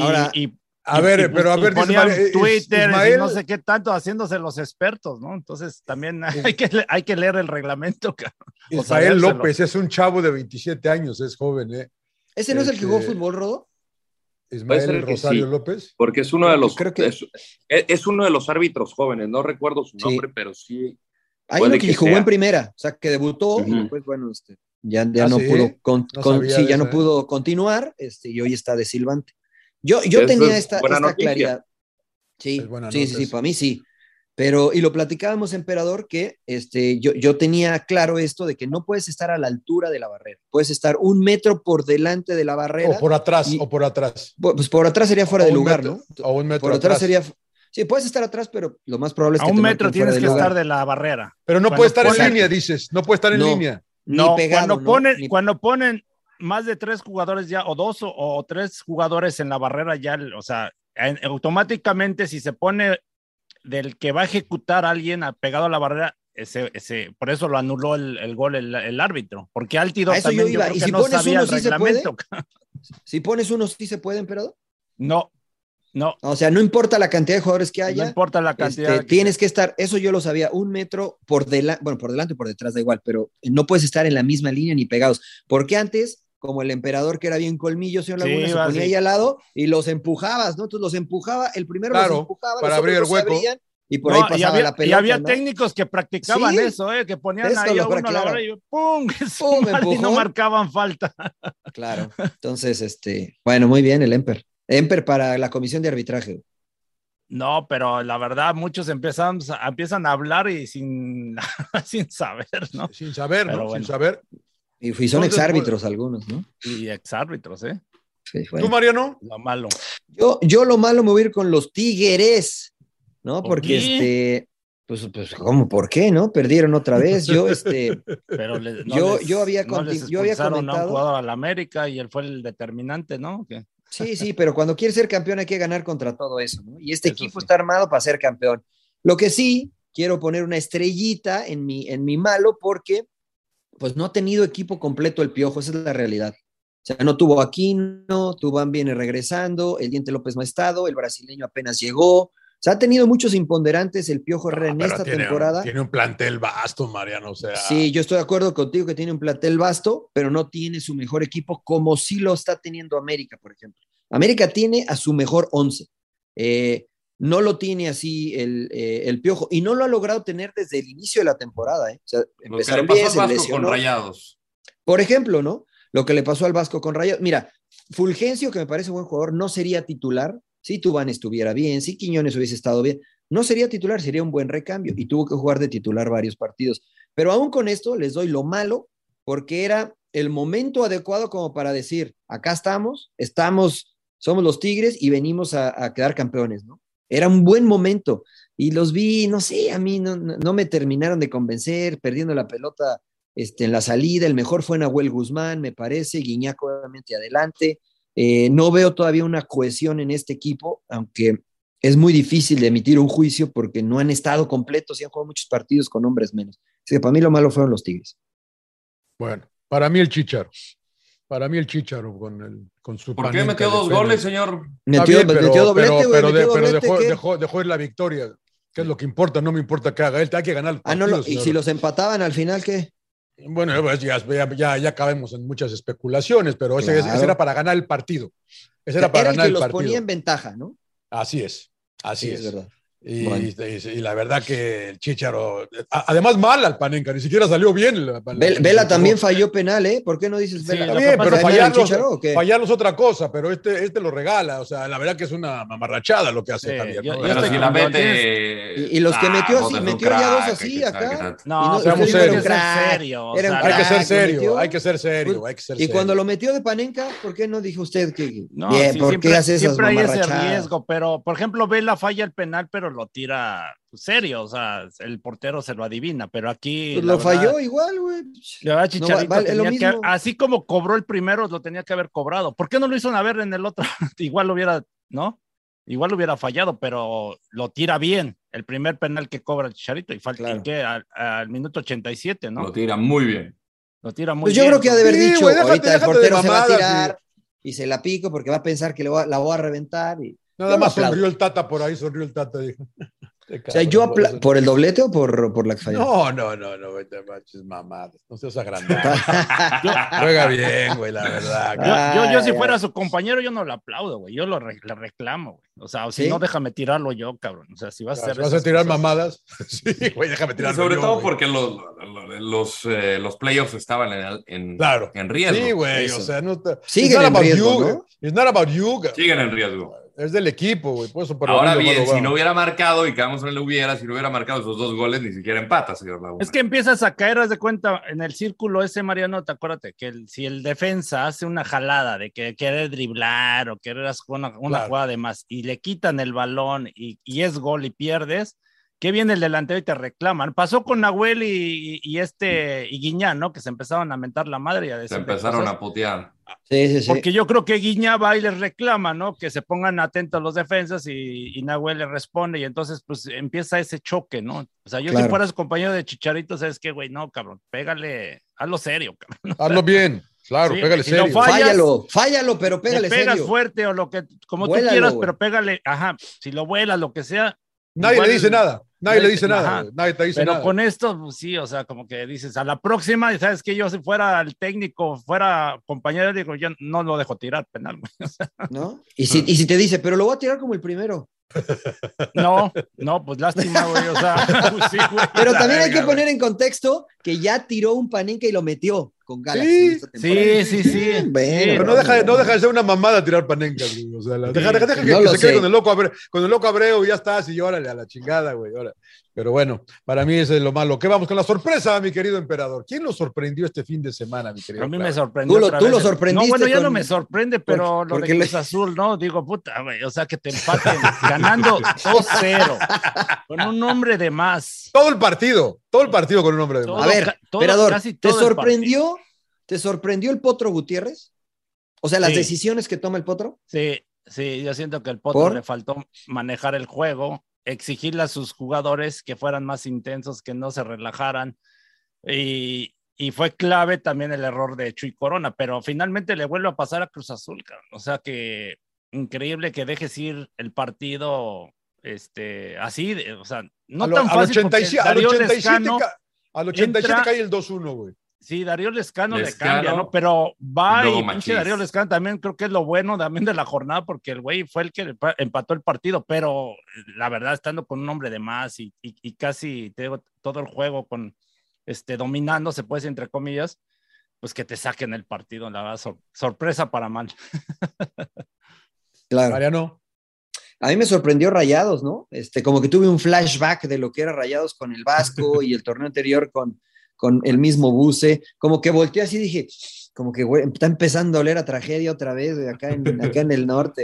ponían Twitter Ismael, y no sé qué tanto haciéndose los expertos, ¿no? Entonces también hay que leer el reglamento. Ismael López es un chavo de 27 años, es joven, ¿Ese no es el que jugó fútbol, Rodo? Ismael Rosario sí, López. Porque es uno de los es uno de los árbitros jóvenes, no recuerdo su nombre, pero sí. Hay uno que jugó en primera, o sea, que debutó y después, bueno, ya no pudo pudo continuar, y hoy está de silbante. Yo tenía esta claridad. Sí, para mí sí. Pero, y lo platicábamos, emperador, que yo tenía claro esto de que no puedes estar a la altura de la barrera, puedes estar 1 metro por delante de la barrera. O por atrás. Pues por atrás sería fuera de lugar, metro, ¿no? O 1 metro por atrás sería... Sí, puedes estar atrás, pero lo más probable es que a 1 metro tienes que estar de la barrera. Pero no puede estar en línea, dices. No puede estar en línea. No, pegado, cuando ponen más de 3 jugadores ya, o 2 o 3 jugadores en la barrera ya, o sea, automáticamente si se pone del que va a ejecutar a alguien pegado a la barrera, por eso lo anuló el gol el árbitro, porque Altido también yo creo que no sabía el reglamento. Si pones uno, ¿sí se puede, emperador? No. O sea, no importa la cantidad de jugadores que haya. No importa la cantidad. Tienes que estar, eso yo lo sabía, 1 metro por delante y por detrás da igual, pero no puedes estar en la misma línea ni pegados. Porque antes, como el emperador que era bien colmillo, señor Laguna, se ponía ahí al lado y los empujabas, ¿no? Entonces los empujaba, el primero los empujaba, para abrir el hueco. Y por ahí pasaba la pelota. Y había técnicos que practicaban eso, que ponían ahí a uno a la hora y ¡pum! Y no marcaban falta. Claro. Entonces, bueno, muy bien el Emper para la comisión de arbitraje. No, pero la verdad, muchos empiezan a hablar y sin saber, ¿no? Sin saber, ¿no? Sin saber. Y son exárbitros algunos, ¿no? Y exárbitros, Sí, bueno. ¿Tú, Mariano? Lo malo. Yo lo malo me voy a ir con los Tigres, ¿no? Porque pues, ¿cómo? ¿Por qué, no? Perdieron otra vez. Yo, pero yo había comentado. A un jugador al América y él fue el determinante, ¿no? ¿Qué? Sí, pero cuando quieres ser campeón hay que ganar contra todo eso, ¿no? Y este equipo está armado para ser campeón. Lo que sí, quiero poner una estrellita en mi malo porque pues no ha tenido equipo completo el Piojo, esa es la realidad. O sea, no tuvo Aquino, Tubán viene regresando, el Diente López no ha estado, el brasileño apenas llegó. O sea, ha tenido muchos imponderantes el Piojo Herrera en esta temporada. Tiene un plantel vasto, Mariano, o sea. Sí, yo estoy de acuerdo contigo que tiene un plantel vasto, pero no tiene su mejor equipo como sí lo está teniendo América, por ejemplo. América tiene a su mejor 11. No lo tiene así el Piojo y no lo ha logrado tener desde el inicio de la temporada. O sea, empezaron bien, se lesionó. Con Rayados. Por ejemplo, ¿no? Lo que le pasó al Vasco con Rayados. Mira, Fulgencio, que me parece buen jugador, no sería titular si Tubán estuviera bien, si Quiñones hubiese estado bien. No sería titular, sería un buen recambio y tuvo que jugar de titular varios partidos. Pero aún con esto les doy lo malo porque era el momento adecuado como para decir, acá somos los Tigres y venimos a quedar campeones, ¿no? Era un buen momento. Y los vi, no sé, a mí no me terminaron de convencer, perdiendo la pelota en la salida. El mejor fue Nahuel Guzmán, me parece, Guiñac obviamente adelante. No veo todavía una cohesión en este equipo, aunque es muy difícil de emitir un juicio porque no han estado completos y han jugado muchos partidos con hombres menos. Así que para mí lo malo fueron los Tigres. Bueno, para mí el Chícharo. Para mí el Chícharo con su ¿Por qué metió 2 goles, señor? Metió doblete, pero dejó ir la victoria. ¿Qué es lo que importa? No me importa que haga él, hay que ganar. ¿Y si los empataban al final qué? Bueno, pues ya cabemos en muchas especulaciones, pero ese era para ganar el partido. Ese era para ganar el partido. Los ponía en ventaja, ¿no? Así es. Es verdad. Y la verdad que el Chícharo, además mal al Panenka, ni siquiera salió bien. Vela también falló penal, ¿eh? ¿Por qué no dices Vela? Está bien, pero fallarlos otra cosa, pero este lo regala, o sea, la verdad que es una mamarrachada lo que hace Javier. Pero si la mete... Y los que metió ya 2 así acá. No, seamos serios. Hay que ser serio, hay que ser serio. Y cuando lo metió de Panenka, ¿por qué no dijo usted que ¿por qué hace esas mamarrachadas? Siempre hay ese riesgo, pero, por ejemplo, Vela falla el penal, pero lo tira serio, o sea, el portero se lo adivina, pero aquí... Pues lo falló igual, güey. Chicharito así como cobró el primero, lo tenía que haber cobrado. ¿Por qué no lo hizo a ver en el otro? Igual lo hubiera fallado, pero lo tira bien. El primer penal que cobra el Chicharito y falta que al minuto 87, ¿no? Lo tira muy bien. Pues yo creo que ha de haber dicho, ahorita el portero se va a tirar y se la pico porque va a pensar que la voy a reventar y... Nada más sonrió el Tata por ahí, dijo. O sea, ¿por el doblete o por la que falló? No, vete manches mamadas. No seas agrandado. Juega bien, güey, la verdad. Yo si fuera su compañero, yo no lo aplaudo, güey. Yo le reclamo, güey. O sea, si no, déjame tirarlo yo, cabrón. O sea, si vas a hacer. ¿Vas a tirar mamadas? Sí, güey, déjame tirarlo. Sobre todo porque los playoffs estaban en riesgo. Sí, güey, o sea, no. Siguen en riesgo, ¿no? It's not about you. Siguen en riesgo. Es del equipo, güey. Ahora bien, si no hubiera marcado, y quedamos en el hubiera, si no hubiera marcado esos 2 goles, ni siquiera empata, señor Laguna. Es que empiezas a caer, haz de cuenta, en el círculo ese, Mariano, acuérdate, que si el defensa hace una jalada de que querer driblar o querer hacer una jugada de más y le quitan el balón y es gol y pierdes, ¿qué viene el delantero y te reclaman? Pasó con Nahuel y Guiñán, ¿no? Que se empezaron a mentar la madre y a decir. Se empezaron a putear. Sí. Porque yo creo que Guiñá va y les reclama, ¿no? Que se pongan atentos los defensas y Nahuel le responde y entonces pues empieza ese choque, ¿no? O sea, yo si fuera su compañero de Chicharito, ¿sabes qué, güey? No, cabrón, pégale, hazlo serio, cabrón. Hazlo bien, claro, pégale si serio. Fállalo, pero pégale serio. Pegas fuerte o lo que, como vuélalo, tú quieras, güey. Pero pégale, si lo vuelas, lo que sea. Nadie le dice nada. Nadie le dice nada. Nadie te dice nada. Pero con esto, pues, sí, o sea, como que dices, a la próxima, ¿sabes qué? Yo si fuera el técnico, fuera compañero, digo, yo no lo dejo tirar penal, güey. O sea, ¿no? Y si te dice, pero lo voy a tirar como el primero. No, pues lástima, güey, o sea. Pues sí, güey, pero también hay que poner en contexto que ya tiró un Panenka y lo metió con Galaxy. Sí. Bueno, pero no deja de ser una mamada tirar Panenka, güey. O sea, deja que se quede con el loco Abreu y ya está, y órale a la chingada, güey. Pero bueno, para mí ese es lo malo. ¿Qué vamos con la sorpresa, mi querido emperador? ¿Quién lo sorprendió este fin de semana, mi querido? A mí me sorprendió. Tú lo sorprendiste. No, bueno, ya no me sorprende, pero lo de Cruz Azul, ¿no? Digo, puta, güey, o sea, que te empaten ganando 2-0 con un hombre de más. Todo el partido con un hombre de más. A ver, emperador, ¿te sorprendió el Potro Gutiérrez? O sea, las decisiones que toma el Potro. Sí, yo siento que el Potro le faltó manejar el juego, exigirle a sus jugadores que fueran más intensos, que no se relajaran, y fue clave también el error de Chuy Corona, pero finalmente le vuelve a pasar a Cruz Azul, cabrón. O sea que increíble que dejes ir el partido así, o sea, no tan fácil. Al 87 cae el 2-1, güey. Sí, Darío Lescano le cambia, ¿no? Pero va y pinche Darío Lescano también creo que es lo bueno también de la jornada, porque el güey fue el que empató el partido, pero la verdad, estando con un hombre de más y casi, te digo, todo el juego con dominando, se puede decir entre comillas, pues que te saquen el partido, la verdad, sorpresa para mal. Claro. Mariano. A mí me sorprendió Rayados, ¿no? Como que tuve un flashback de lo que era Rayados con el Vasco y el torneo anterior con el mismo Buse, como que volteé así y dije, como que güey, está empezando a oler a tragedia otra vez, güey, acá en el norte.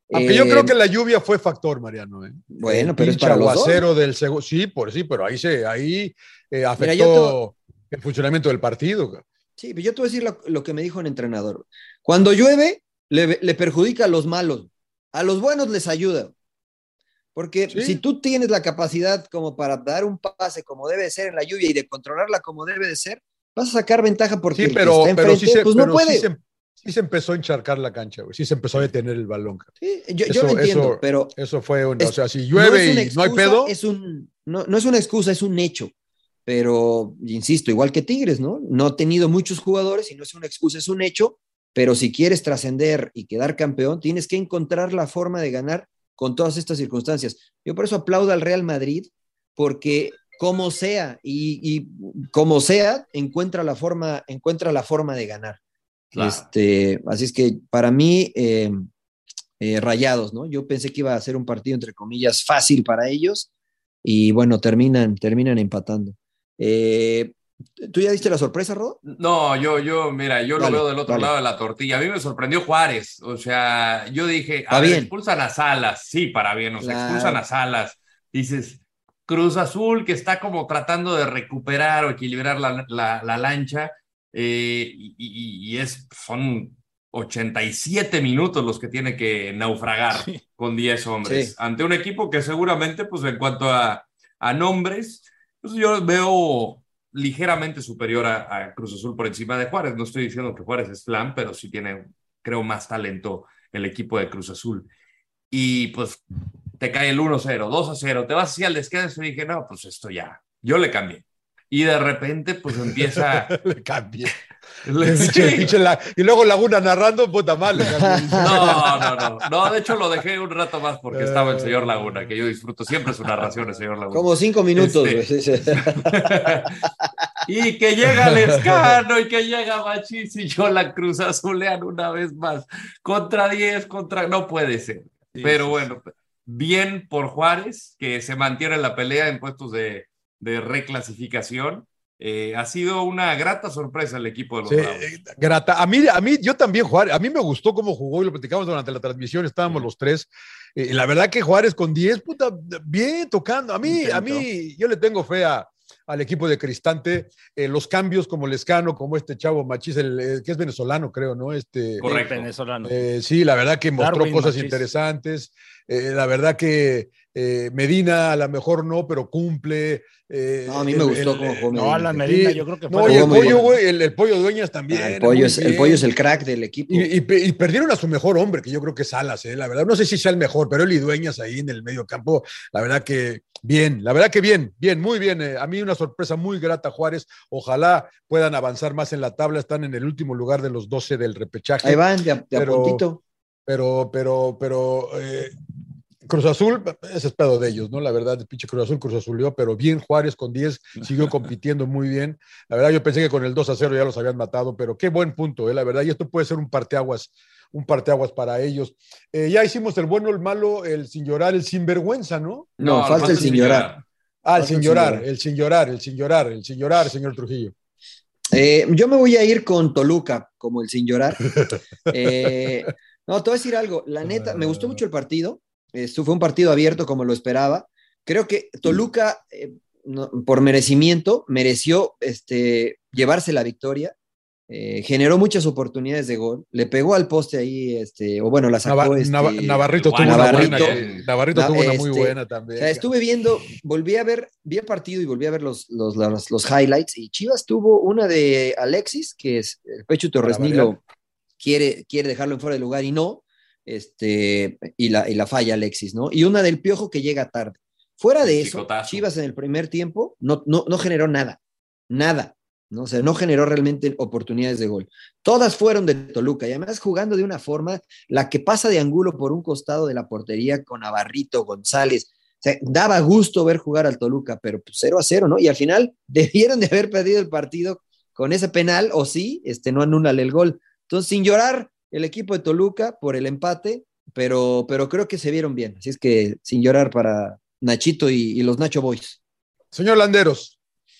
Aunque yo creo que la lluvia fue factor, Mariano. Bueno, pero es para los aguacero del segundo. Sí, pero ahí afectó el funcionamiento del partido. Sí, pero yo te voy a decir lo que me dijo el entrenador. Cuando llueve, le perjudica a los malos. A los buenos les ayuda. Porque si tú tienes la capacidad como para dar un pase como debe ser en la lluvia y de controlarla como debe de ser, vas a sacar ventaja porque pero no puede. Sí se empezó a encharcar la cancha, güey. Sí se empezó a detener el balón. Sí, yo lo entiendo, pero... Eso fue o sea, si llueve no hay pedo... No es una excusa, es un hecho. Pero, insisto, igual que Tigres, ¿no? No ha tenido muchos jugadores y no es una excusa, es un hecho. Pero si quieres trascender y quedar campeón, tienes que encontrar la forma de ganar con todas estas circunstancias. Yo por eso aplaudo al Real Madrid, porque como sea, y como sea, encuentra la forma de ganar. Claro. Así es que para mí, Rayados, ¿no? Yo pensé que iba a ser un partido, entre comillas, fácil para ellos, y bueno, terminan empatando. ¿Tú ya diste la sorpresa, Rodo? No, mira, lo veo del otro lado de la tortilla. A mí me sorprendió Juárez. O sea, yo dije, expulsan a Salas. Sí, para bien, expulsan a Salas. Dices, Cruz Azul, que está como tratando de recuperar o equilibrar la lancha, son 87 minutos los que tiene que naufragar con 10 hombres. Ante un equipo que seguramente, pues en cuanto a nombres, pues yo veo ligeramente superior a Cruz Azul por encima de Juárez. No estoy diciendo que Juárez es flan, pero sí tiene, creo, más talento el equipo de Cruz Azul. Y pues te cae el 1-0, 2-0, te vas así al descanso y dije, no, pues esto ya, yo le cambié. Y de repente, pues empieza... Le cambié. Y luego Laguna narrando, puta madre. No, de hecho lo dejé un rato más porque estaba el señor Laguna, que yo disfruto siempre su narración, el señor Laguna. Como 5 minutos. Y que llega Lescano y que llega Machís y yo la Cruz Azulean una vez más. Contra 10, no puede ser. Pero bueno, bien por Juárez, que se mantiene en la pelea en puestos de reclasificación. Ha sido una grata sorpresa el equipo de los Bravos. Grata. A mí, yo también, Juárez, a mí me gustó cómo jugó y lo platicamos durante la transmisión, estábamos los tres. La verdad que Juárez con 10, puta, bien tocando. A mí, yo le tengo fe al equipo de Cristante, los cambios como Lescano, como este chavo Machís, que es venezolano, creo, ¿no? Correcto. Venezolano. Sí, cosas Darwin cosas Machís. Interesantes. La verdad que Medina a lo mejor no, pero cumple. No, a mí me gustó cómo jugó Medina. No, Alan Medina, yo creo que fue. No, y el Pollo, güey, el Pollo Dueñas también. El Pollo es el crack del equipo. Y perdieron a su mejor hombre, que yo creo que es Salas, la verdad. No sé si sea el mejor, pero él y Dueñas ahí en el medio campo, la verdad que bien, muy bien. A mí una sorpresa muy grata, Juárez. Ojalá puedan avanzar más en la tabla. Están en el último lugar de los 12 del repechaje. Ahí van, de a puntito. Pero Cruz Azul, ese es pedo de ellos, ¿no? La verdad, el pinche Cruz Azulió, pero bien Juárez con 10, siguió compitiendo muy bien. La verdad, yo pensé que con el 2-0 ya los habían matado, pero qué buen punto, la verdad, y esto puede ser un parteaguas para ellos. Ya hicimos el bueno, el malo, el sin llorar, el sinvergüenza, ¿no? No, falta el sin llorar. El sin llorar, señor Trujillo. Yo me voy a ir con Toluca, como el sin llorar. No, te voy a decir algo, la neta, me gustó mucho el partido. Esto fue un partido abierto como lo esperaba. Creo que Toluca, por merecimiento, mereció llevarse la victoria. Generó muchas oportunidades de gol. Le pegó al poste ahí, la sacó. Navarrito tuvo una muy buena también. O sea, vi el partido y volví a ver los highlights. Y Chivas tuvo una de Alexis, que es el Pecho Torres Nilo, quiere dejarlo en fuera de lugar y no. Y la falla Alexis, ¿no? Y una del Piojo que llega tarde. Fuera de eso, Chivas en el primer tiempo no generó nada, ¿no? O sea, no generó realmente oportunidades de gol. Todas fueron de Toluca y además jugando de una forma, la que pasa de Angulo por un costado de la portería con Navarrito, González. O sea, daba gusto ver jugar al Toluca, pero pues 0-0, ¿no? Y al final debieron de haber perdido el partido con ese penal, o sí, no anúlale el gol. Entonces, sin llorar, el equipo de Toluca por el empate, pero creo que se vieron bien. Así es que sin llorar para Nachito y los Nacho Boys. Señor Landeros.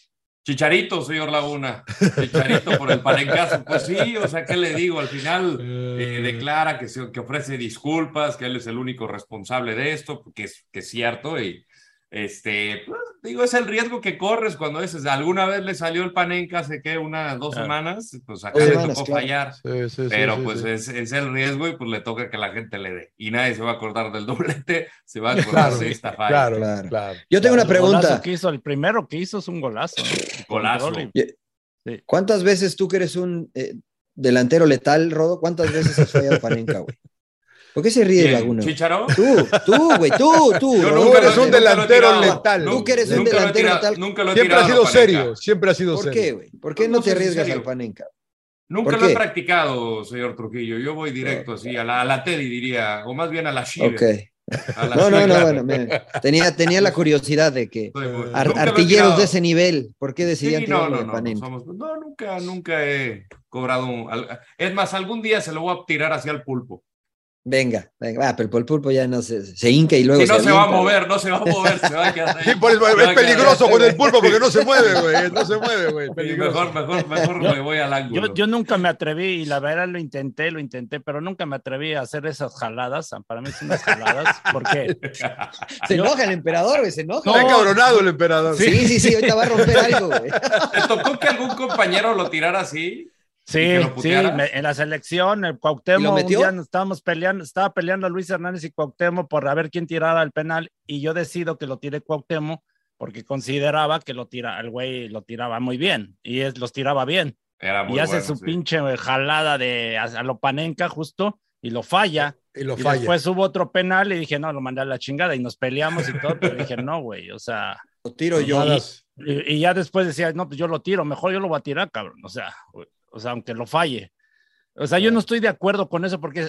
Chicharito, señor Laguna. Chicharito por el panencazo. Pues sí, o sea, ¿qué le digo? Al final declara que ofrece disculpas, que él es el único responsable de esto, que es cierto. Y pues, digo, es el riesgo que corres cuando alguna vez le salió el Panenka hace que 2 semanas, pues acá le tocó fallar. Pero pues es el riesgo y pues le toca que la gente le dé. Y nadie se va a acordar del doblete, se va a acordar de esta falla. Claro. Yo tengo una pregunta. El primero que hizo es un golazo. Golazo. Sí. ¿Cuántas veces tú que eres un delantero letal, Rodo, cuántas veces has fallado Panenka, güey? ¿Por qué se ríe Laguna? ¿Chícharo? Tú, güey, tú. Tú eres un delantero letal. Tú que eres un delantero letal. Siempre ha sido serio, siempre ha sido serio. ¿Por qué, güey? ¿Por qué no te arriesgas al Panenka? Nunca lo he practicado, señor Trujillo. Yo voy directo así, a la Teddy diría, o más bien a la Chive. Ok. Bueno, tenía la curiosidad de que artilleros de ese nivel, ¿por qué decidían tirarlo de Panenka? Nunca he cobrado es más, algún día se lo voy a tirar hacia el Pulpo. Venga, pero el pulpo ya no se hinca y luego no se va a mover, se va a quedar ahí. Sí, es peligroso con el pulpo porque no se mueve, güey. Mejor me voy al ángulo. Yo nunca me atreví, y la verdad lo intenté, pero nunca me atreví a hacer esas jaladas. Para mí son unas jaladas, porque se enoja el emperador, güey, se enoja. Está encabronado el emperador. Sí, ahorita va a romper algo, güey. ¿Te tocó que algún compañero lo tirara así? Sí, en la selección, el Cuauhtémoc, un día estaba peleando Luis Hernández y Cuauhtémoc por a ver quién tirara el penal, y yo decido que lo tire Cuauhtémoc porque consideraba que el güey lo tiraba muy bien, y los tiraba bien. Y hace su pinche jalada a lo Panenka justo, y lo falla. Y después hubo otro penal y dije, no, lo mandé a la chingada, y nos peleamos y todo, pero dije, no, güey, o sea... Lo tiro yo. Y ya después decía, no, pues yo lo tiro, mejor yo lo voy a tirar, cabrón, o sea, aunque lo falle. O sea, yo no estoy de acuerdo con eso porque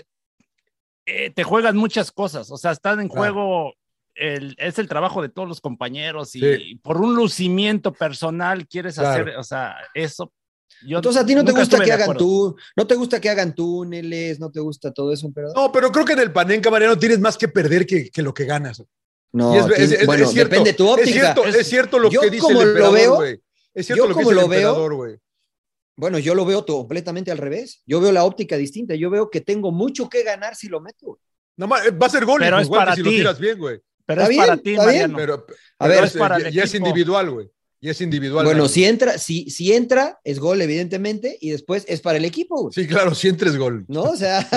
te juegan muchas cosas. O sea, están en juego, es el trabajo de todos los compañeros y por un lucimiento personal quieres hacer, o sea, eso. Entonces a ti no te gusta que hagan no te gusta que hagan túneles, no te gusta todo eso, emperador. No, pero creo que en el Panenka, Mariano, tienes más que perder que lo que ganas. No, bueno, depende de tu óptica. Es cierto lo que dice el emperador, güey. Es cierto lo que dice el emperador, güey. Bueno, yo lo veo completamente al revés. Yo veo la óptica distinta. Yo veo que tengo mucho que ganar si lo meto. No, va a ser gol, pero es igual para que ti. Si lo tiras bien, güey. Pero es para ti, Mariano. Pero es para ya es individual, güey. Y es individual. Bueno, si entra, es gol, evidentemente, y después es para el equipo, güey. Sí, claro, si entra es gol. ¿No? O sea,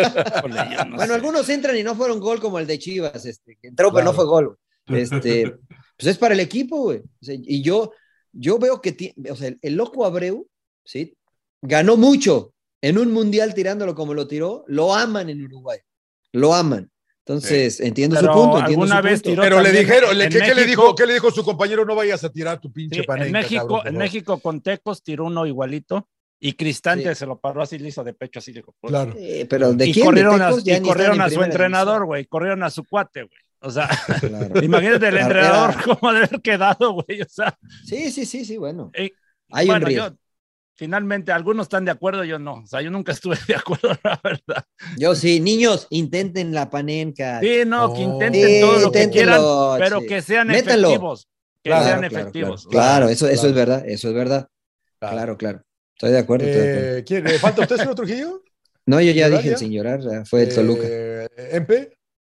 bueno, algunos entran y no fueron gol como el de Chivas, que entró, pero no fue gol. Pues es para el equipo, güey. O sea, y yo veo que, el loco Abreu, ¿sí? Ganó mucho en un mundial tirándolo como lo tiró. Lo aman en Uruguay. Lo aman. Entonces, entiendo su punto. Pero le dijeron, ¿qué le dijo su compañero? No vayas a tirar tu pinche Panenka. En México con Tecos tiró uno igualito y Cristante se lo paró así, le hizo de pecho así. Claro. Pero ¿de quién? Corrieron a su entrenador, güey. Corrieron a su cuate, güey. O sea, imagínate el entrenador cómo debe haber quedado, güey. O sea, sí, bueno. Hay un riesgo. Finalmente, algunos están de acuerdo, yo no. O sea, yo nunca estuve de acuerdo, la verdad. Yo sí, niños, intenten la Panenka. Sí, que intenten todo lo que quieran, pero que sean efectivos. Claro, eso es verdad, Claro. Estoy de acuerdo. ¿Quién? ¿Falta usted, señor Trujillo? No, yo ya dije sin llorar, fue el Toluca. ¿Empe?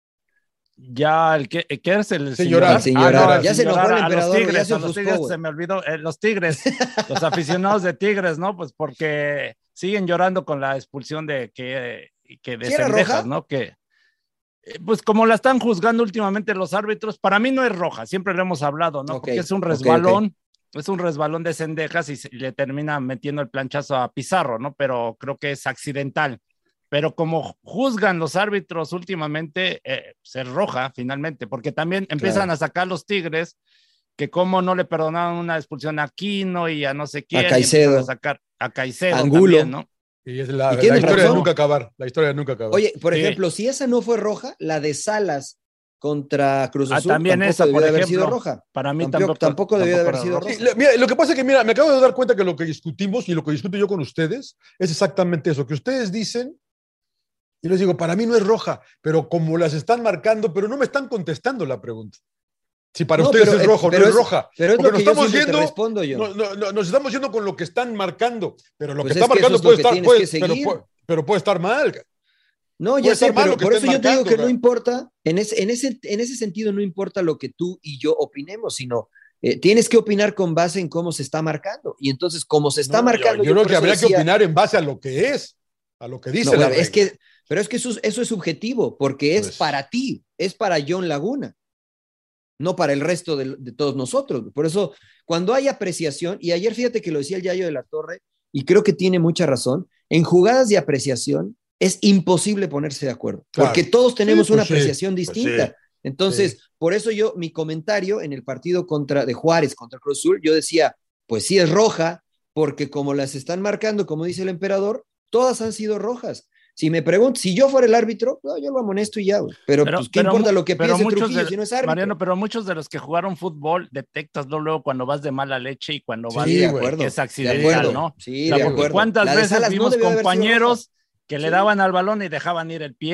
Ya, ¿qué es el sin llorar? Ya se enojó el emperador, Tigres, ya los Tigres, se me olvidó, los Tigres, los aficionados de Tigres, ¿no? Pues porque siguen llorando con la expulsión de Cendejas, ¿no? Que, pues como la están juzgando últimamente los árbitros, para mí no es roja, siempre lo hemos hablado, ¿no? Porque es un resbalón, es un resbalón de Cendejas y le termina metiendo el planchazo a Pizarro, ¿no? Pero creo que es accidental. Pero como juzgan los árbitros últimamente, es roja finalmente, porque también empiezan a sacar los Tigres, que como no le perdonaron una expulsión a Aquino y a no sé quién, a Caicedo, a sacar a Caicedo Angulo también, ¿no? Y es la historia de nunca acabar, la historia de nunca acabar. Oye, por ejemplo, si esa no fue roja, la de Salas contra Cruz Azul también tampoco esa, debió de haber sido roja. Para mí tampoco debió de haber sido roja. Sí, mira, lo que pasa es que, mira, me acabo de dar cuenta que lo que discutimos y lo que discuto yo con ustedes es exactamente eso, que ustedes dicen. Y les digo, para mí no es roja, pero como las están marcando, pero no me están contestando la pregunta. Si para ustedes es rojo, no es roja. Pero es porque lo que nos estamos yo yendo, te respondo yo. nos estamos yendo con lo que están marcando, pero lo Pues que está marcando es puede lo que estar, pero puede estar mal. No, ya sé, pero por eso yo te digo que no importa, en ese sentido no importa lo que tú y yo opinemos, sino tienes que opinar con base en cómo se está marcando. Y entonces, como se está marcando... Yo creo que habría que opinar en base a lo que es, a lo que dice la regla. Pero es que eso es subjetivo, porque es para ti, es para John Laguna, no para el resto de todos nosotros. Por eso, cuando hay apreciación, y ayer fíjate que lo decía el Yayo de la Torre, y creo que tiene mucha razón, en jugadas de apreciación es imposible ponerse de acuerdo, porque todos tenemos una apreciación distinta. Entonces, por eso mi comentario en el partido de Juárez contra Cruz Azul, yo decía, pues sí es roja, porque como las están marcando, como dice el emperador, todas han sido rojas. Si me pregunto, si yo fuera el árbitro, no, yo lo amonesto y ya, güey. Pero pues, ¿qué importa lo que piense Trujillo si no es árbitro? Mariano, pero muchos de los que jugaron fútbol detectas luego cuando vas de mala leche y cuando vas de acuerdo, que es accidental, ¿no? Sí, de acuerdo. ¿Cuántas veces vimos compañeros que le daban al balón y dejaban ir el pie,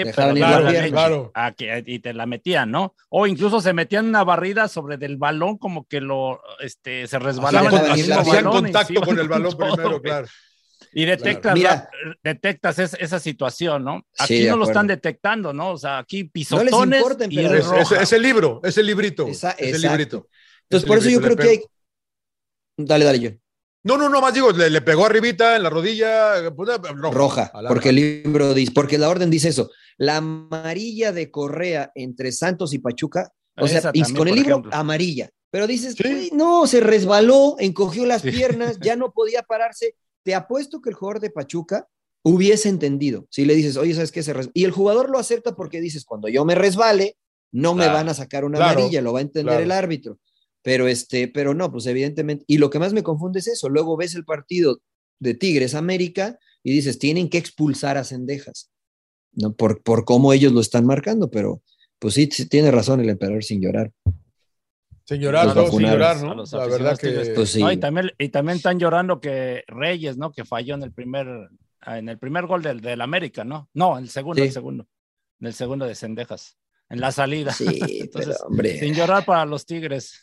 y te la metían, ¿no? O incluso se metían una barrida sobre del balón, como que se resbalaban. Hacían contacto con el balón primero, claro. Y detectas esa situación, ¿no? Aquí no lo están detectando, ¿no? O sea, aquí pisotones no les importa, y es el libro, es el librito. Entonces, por eso yo creo que hay... Dale, yo. No, más digo, le pegó arribita en la rodilla. Roja, porque el libro dice, porque la orden dice eso. La amarilla de Correa entre Santos y Pachuca, o sea, con el libro, amarilla. Pero dices, no, se resbaló, encogió las piernas, ya no podía pararse. Te apuesto que el jugador de Pachuca hubiese entendido. Si le dices, oye, ¿sabes qué? Y el jugador lo acepta porque dices, cuando yo me resbale, no me van a sacar una amarilla, lo va a entender el árbitro. Pero no, pues evidentemente. Y lo que más me confunde es eso. Luego ves el partido de Tigres América y dices, tienen que expulsar a Cendejas, ¿no? Por cómo ellos lo están marcando, pero pues sí tiene razón el emperador sin llorar. Sin llorar, ¿no? La verdad que... Pues sí. No, y también están llorando que Reyes, ¿no? Que falló en el primer gol del América, ¿no? No, el segundo. En el segundo de Cendejas. En la salida. Sí, entonces, pero, hombre. Sin llorar para los Tigres.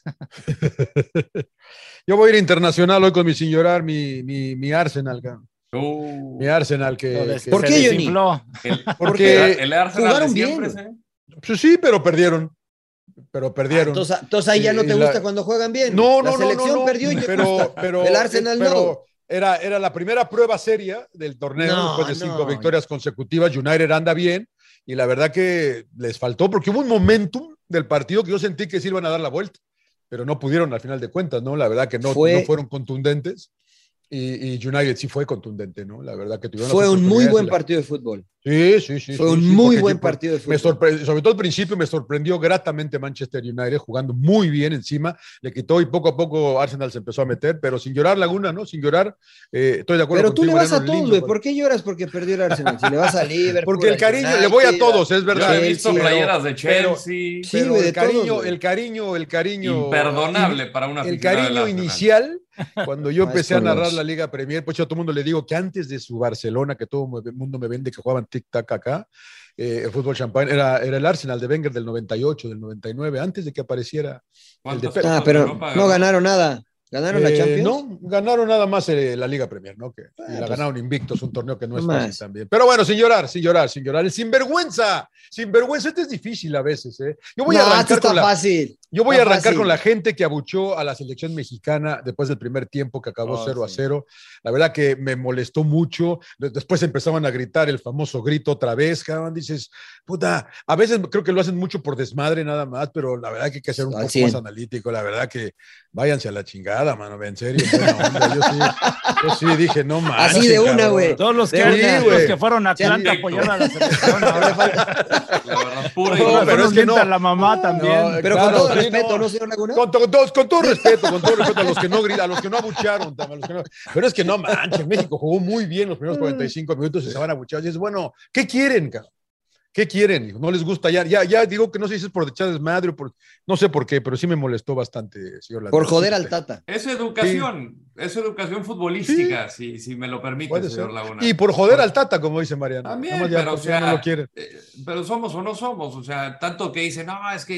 Yo voy a ir internacional hoy con mi sin llorar, mi Arsenal, cabrón. Mi Arsenal que ¿Por qué, Johnny? Porque el Arsenal jugaron siempre, bien. Pues sí, pero perdieron. Entonces ahí ya no te gusta cuando juegan bien. La selección perdió y pero el Arsenal no. Era la primera prueba seria del torneo después de 5 victorias consecutivas. United anda bien y la verdad que les faltó porque hubo un momentum del partido que yo sentí que sí iban a dar la vuelta, pero no pudieron al final de cuentas, ¿no? La verdad que no fueron contundentes. Y United sí fue contundente, ¿no? La verdad que tuvieron fue un muy buen partido de fútbol. Sí. Fue un muy buen partido de fútbol. Sobre todo al principio me sorprendió gratamente Manchester United jugando muy bien encima, le quitó y poco a poco Arsenal se empezó a meter, pero sin llorar Laguna, ¿no? Sin llorar, estoy de acuerdo. Pero tú le vas a todos, güey. ¿Por qué lloras porque perdió el Arsenal? Si le vas a Liverpool. Porque el cariño, le voy a todos, es verdad. Yo he visto playeras de Chelsea. Pero el cariño. Imperdonable para una el cariño inicial. Cuando yo empecé a narrar la Liga Premier, pues yo a todo el mundo le digo que antes de su Barcelona, que todo el mundo me vende que jugaban tic-tac acá, el fútbol champán era el Arsenal de Wenger del 98, del 99, antes de que apareciera el de Pep. Pero no ganaron nada. ¿Ganaron la Champions? No, ganaron nada más la Liga Premier, ¿no? Y la ganaron invictos, un torneo que no es fácil también. Pero bueno, sin llorar. El sinvergüenza, este es difícil a veces, ¿eh? Yo voy a arrancar con la gente que abuchó a la selección mexicana después del primer tiempo que acabó 0-0. La verdad que me molestó mucho. Después empezaban a gritar el famoso grito otra vez, cabrón. Dices, puta, a veces creo que lo hacen mucho por desmadre nada más, pero la verdad que hay que ser un poco más analítico. La verdad que váyanse a la chingada. Mano, en serio, yo sí dije, no más. Así de una, güey. Todos los que fueron a Atlanta apoyaron a la selección. Pero es que no. La mamá también. Pero con todo respeto, ¿no, señor Laguna? Con todo respeto a los que no gritan, a los que no abucharon. Pero es que no manches, México jugó muy bien los primeros 45 minutos y se van abuchados. Y es bueno, ¿qué quieren, cabrón? ¿Qué quieren? No les gusta ya digo que no sé si es por echar desmadre o no sé por qué, pero sí me molestó bastante, señor Laguna. Por joder al Tata. Es educación futbolística, si me lo permite, señor Laguna. Y por joder al Tata, como dice Mariano. También, pero no lo quieren. Pero somos o no somos, o sea, tanto que dicen, no, es que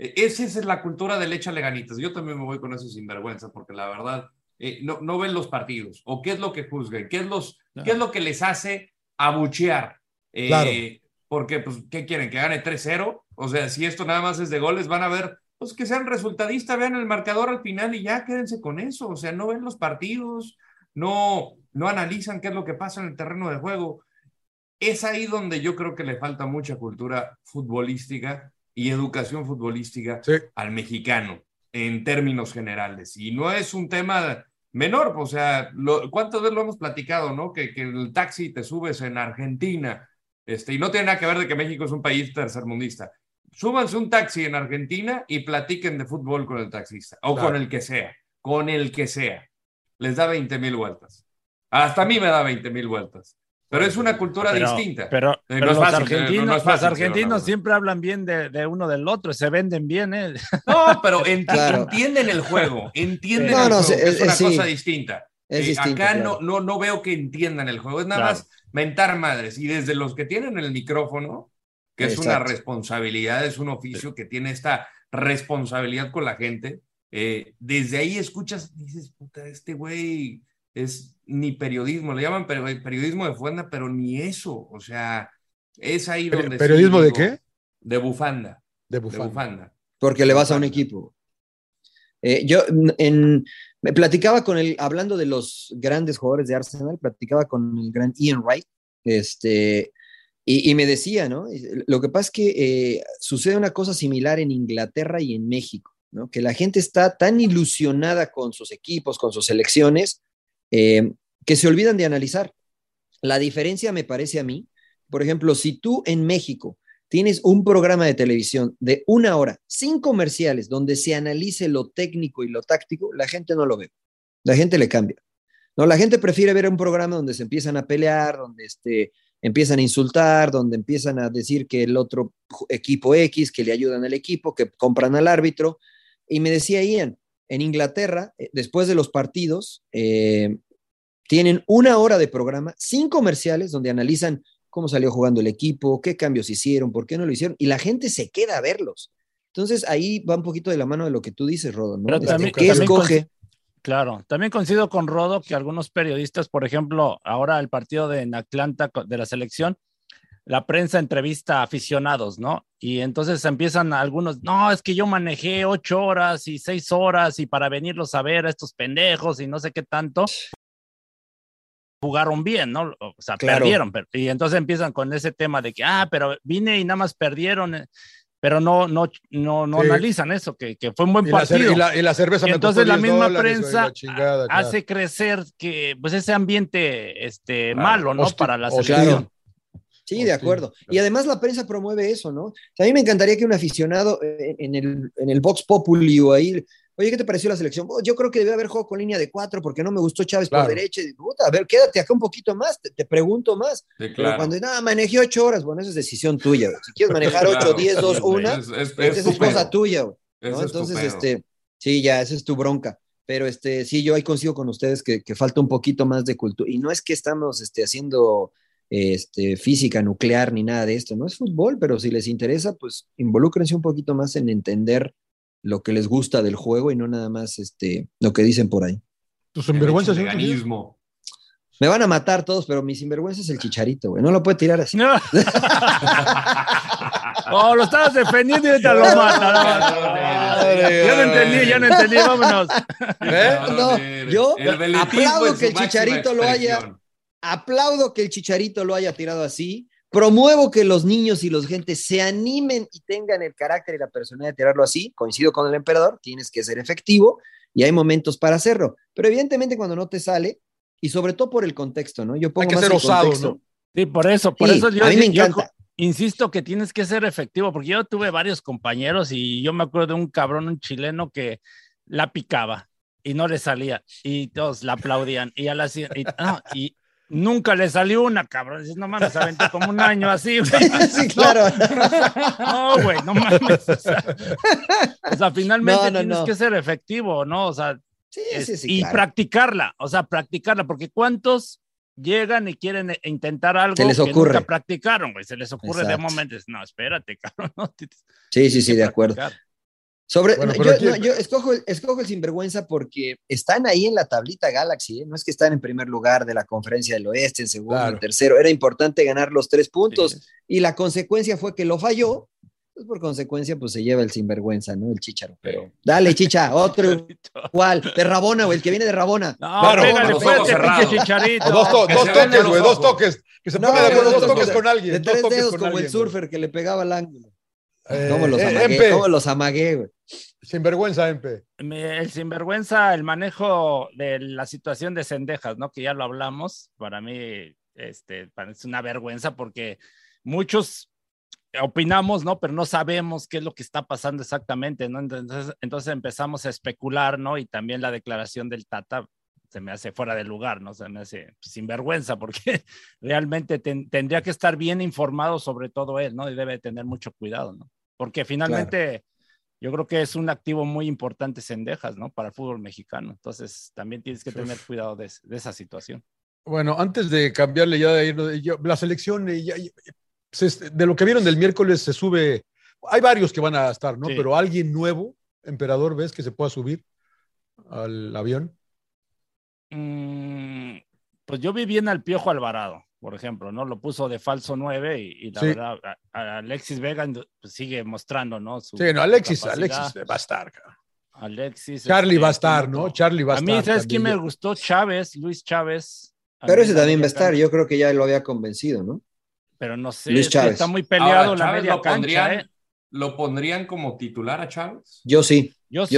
Esa es la cultura del échale ganitas. Yo también me voy con eso sinvergüenza, porque la verdad, no ven los partidos, o qué es lo que juzgan, qué es lo que les hace abuchear. Claro. Porque, pues, ¿qué quieren? ¿Que gane 3-0? O sea, si esto nada más es de goles, van a ver, pues que sean resultadistas, vean el marcador al final y ya quédense con eso. O sea, no ven los partidos, no analizan qué es lo que pasa en el terreno de juego. Es ahí donde yo creo que le falta mucha cultura futbolística y educación futbolística al mexicano, en términos generales. Y no es un tema menor, o sea, ¿cuántas veces lo hemos platicado, no? Que el taxi te subes en Argentina, y no tiene nada que ver de que México es un país tercermundista. Súbanse un taxi en Argentina y platiquen de fútbol con el taxista, o con el que sea. Les da 20,000 vueltas. Hasta a mí me da 20,000 vueltas. Pero es una cultura distinta. Pero no los fácil, los argentinos siempre hablan bien de uno del otro, se venden bien, ¿eh? No, pero entienden el juego, es una cosa distinta. Acá claro. no veo que entiendan el juego, es nada más mentar madres. Y desde los que tienen el micrófono, que es una responsabilidad, es un oficio que tiene esta responsabilidad con la gente, desde ahí escuchas y dices, puta, este güey es ni periodismo, le llaman periodismo de bufanda, pero ni eso, o sea, es ahí donde... ¿Periodismo de qué? De bufanda. De bufanda. Porque le vas a un equipo. Me platicaba hablando de los grandes jugadores de Arsenal, platicaba con el gran Ian Wright, y me decía, ¿no? Lo que pasa es que sucede una cosa similar en Inglaterra y en México, ¿no? Que la gente está tan ilusionada con sus equipos, con sus selecciones, que se olvidan de analizar. La diferencia me parece a mí, por ejemplo, si tú en México tienes un programa de televisión de 1 hora, sin comerciales, donde se analice lo técnico y lo táctico, la gente no lo ve. La gente le cambia. No, la gente prefiere ver un programa donde se empiezan a pelear, donde empiezan a insultar, donde empiezan a decir que el otro equipo X, que le ayudan al equipo, que compran al árbitro. Y me decía Ian, en Inglaterra, después de los partidos, tienen 1 hora de programa sin comerciales donde analizan cómo salió jugando el equipo, qué cambios hicieron, por qué no lo hicieron, y la gente se queda a verlos. Entonces ahí va un poquito de la mano de lo que tú dices, Rodo, ¿no? Pero ¿Qué escoge? Claro, también coincido con Rodo que algunos periodistas, por ejemplo, ahora el partido en Atlanta de la selección, la prensa entrevista a aficionados, ¿no? Y entonces empiezan algunos, no, es que yo manejé 8 horas y 6 horas y para venirlos a ver a estos pendejos y no sé qué tanto. Jugaron bien, ¿no? O sea, perdieron. Y entonces empiezan con ese tema de que, pero vine y nada más perdieron, pero no analizan eso, que fue un buen partido. Y la cerveza me entonces la misma $10, prensa chingada, hace crecer que, pues, ese ambiente malo, ¿no? Para la selección. Claro. Sí, de acuerdo. Y además la prensa promueve eso, ¿no? O sea, a mí me encantaría que un aficionado en el Vox Populi o ahí, oye, ¿qué te pareció la selección? Yo creo que debe haber juego con línea de 4 porque no me gustó Chávez por derecha. Puta, a ver, quédate acá un poquito más, te pregunto más. Sí, claro. Pero cuando manejé 8 horas, bueno, eso es decisión tuya. Si quieres manejar 8, 10, 2, 1, esa es cosa tuya. ¿No? Entonces, sí, ya, esa es tu bronca. Pero sí, yo ahí consigo con ustedes que falta un poquito más de cultura. Y no es que estamos haciendo física nuclear ni nada de esto, no es fútbol, pero si les interesa, pues involúcrense un poquito más en entender lo que les gusta del juego y no nada más lo que dicen por ahí. Tu sinvergüenza, veganismo. Me van a matar todos, pero mi sinvergüenza es el Chicharito, güey. No lo puede tirar así. No. Lo estabas defendiendo y ahorita lo mata. Ya no entendí, vámonos. Yo aplaudo que el Chicharito lo haya... Aplaudo que el Chicharito lo haya tirado así, promuevo que los niños y los gentes se animen y tengan el carácter y la personalidad de tirarlo así, coincido con el emperador, tienes que ser efectivo y hay momentos para hacerlo, pero evidentemente cuando no te sale, y sobre todo por el contexto, ¿no? Yo pongo hay que más ser osado, contexto. ¿no? Sí, por eso a mí me encanta. Insisto que tienes que ser efectivo, porque yo tuve varios compañeros y yo me acuerdo de un cabrón, un chileno que la picaba y no le salía y todos la aplaudían y nunca le salió una, cabrón. Dices, no mames, aventé como un año así, güey. Sí, claro. No, güey, no mames. O sea, finalmente tienes que ser efectivo, ¿no? O sea, sí, y claro. practicarla, porque ¿cuántos llegan y quieren intentar algo se les que ocurre. nunca practicaron, güey? Se les ocurre. Exacto. De momento. No, espérate, cabrón. No, sí, de acuerdo. Yo escojo el sinvergüenza porque están ahí en la tablita Galaxy, ¿eh? No es que están en primer lugar de la Conferencia del Oeste, en segundo, en tercero. Era importante ganar los 3 puntos y la consecuencia fue que lo falló. Pues por consecuencia, pues se lleva el sinvergüenza, ¿no? El Chícharo. Pero dale, Chicha, otro igual, de Rabona, güey, el que viene de Rabona. No, pégale, pinche Chicharito. Dos toques, güey, 2 toques. Que se ponga de acuerdo 2 toques con alguien. De 3 dedos como el surfer que le pegaba al ángulo. ¿Cómo los amagué, güey? Sinvergüenza, Empe. El sinvergüenza, el manejo de la situación de Cendejas, ¿no? Que ya lo hablamos. Para mí, parece una vergüenza porque muchos opinamos, ¿no? Pero no sabemos qué es lo que está pasando exactamente, ¿no? Entonces empezamos a especular, ¿no? Y también la declaración del Tata se me hace fuera de lugar, ¿no? Se me hace sinvergüenza porque realmente tendría que estar bien informado sobre todo él, ¿no? Y debe tener mucho cuidado, ¿no? Porque finalmente yo creo que es un activo muy importante Cendejas, ¿no? Para el fútbol mexicano. Entonces también tienes que tener cuidado de esa situación. Bueno, antes de cambiarle ya de ir, la selección, de lo que vieron del miércoles se sube, hay varios que van a estar, ¿no? Sí. Pero alguien nuevo, Emperador, ¿ves que se pueda subir al avión? Pues yo vi bien al Piojo Alvarado, por ejemplo, ¿no? Lo puso de falso 9 y la verdad, a Alexis Vega pues, sigue mostrando, ¿no? Alexis va a estar. Alexis. Charlie va a estar, ¿no? Charlie va a estar. A mí, ¿sabes quién me gustó? Luis Chávez. Pero ese también va a estar, yo creo que ya lo había convencido, ¿no? Pero no sé, está muy peleado. Ahora, la media cancha. ¿Lo pondrían como titular a Chávez? Yo sí.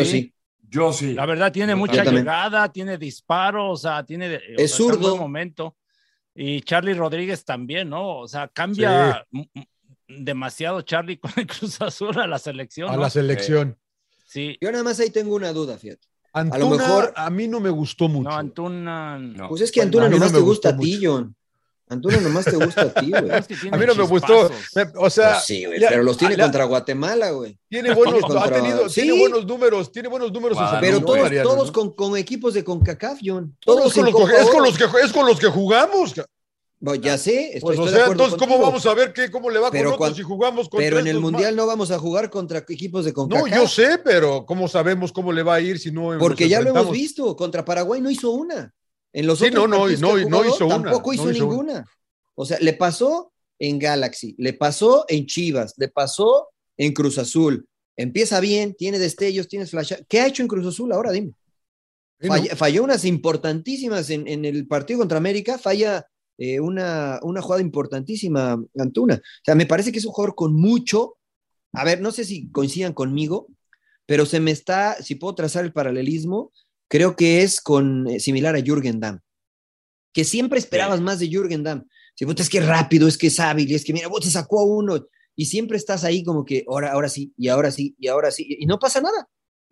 La verdad, tiene mucha llegada, tiene disparo, o sea, es zurdo. En buen momento. Y Charlie Rodríguez también, ¿no? O sea, cambia demasiado Charlie con el Cruz Azul a la selección. A la selección. Sí. Yo nada más ahí tengo una duda, fíjate. Antuna, a lo mejor a mí no me gustó mucho. No, Antuna. No. Pues es que Antuna nomás te gusta a ti, John. Antuna nomás te gusta a ti, güey. A mí no me gustó. O sea, pues sí, güey, pero los tiene contra Guatemala, güey. Tiene buenos números, tiene buenos números. Pero todos con equipos de CONCACAF, John. Todos es con los que jugamos. Bueno, ya sé. Pues o sea, entonces, ¿cómo vamos a ver cómo le va con otros si jugamos contra Pero en el Mundial no vamos a jugar contra equipos de CONCACAF. No, yo sé, pero ¿cómo sabemos cómo le va a ir si no? Porque ya lo hemos visto. Contra Paraguay no hizo una. En los otros no hizo una. Tampoco hizo ninguna. O sea, le pasó en Galaxy, le pasó en Chivas, le pasó en Cruz Azul. Empieza bien, tiene destellos, tiene flash. ¿Qué ha hecho en Cruz Azul ahora? Dime. Falló unas importantísimas en el partido contra América, falla una jugada importantísima, Antuna. O sea, me parece que es un jugador con mucho. A ver, no sé si coincidan conmigo, pero si puedo trazar el paralelismo, creo que es similar a Jürgen Damm, que siempre esperabas más de Jürgen Damm. Si es que es rápido, es que es hábil, es que mira, vos te sacó a uno, y siempre estás ahí como que ahora sí, y ahora sí, y no pasa nada,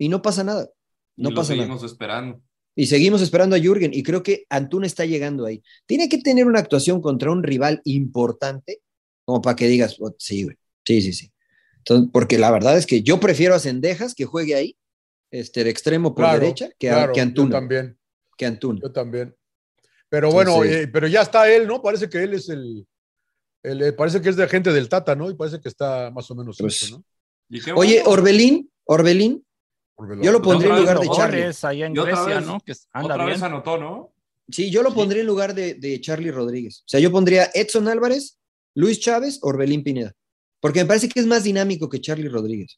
seguimos esperando. Y seguimos esperando a Jürgen, y creo que Antuna está llegando ahí. Tiene que tener una actuación contra un rival importante, como para que digas, sí, güey, sí. Entonces, porque la verdad es que yo prefiero a Cendejas que juegue ahí, de extremo por derecha, que Antuna. Yo también. Pero bueno, pero ya está él, ¿no? Parece que él es parece que es de agente del Tata, ¿no? Y parece que está más o menos hecho, ¿no? Oye, Orbelín, yo lo pondría en lugar de Charlie. Allá en Grecia, ¿no? Que anda otra bien. Vez anotó, ¿no? Sí, yo lo pondría en lugar de Charlie Rodríguez. O sea, yo pondría Edson Álvarez, Luis Chávez, Orbelín Pineda. Porque me parece que es más dinámico que Charlie Rodríguez.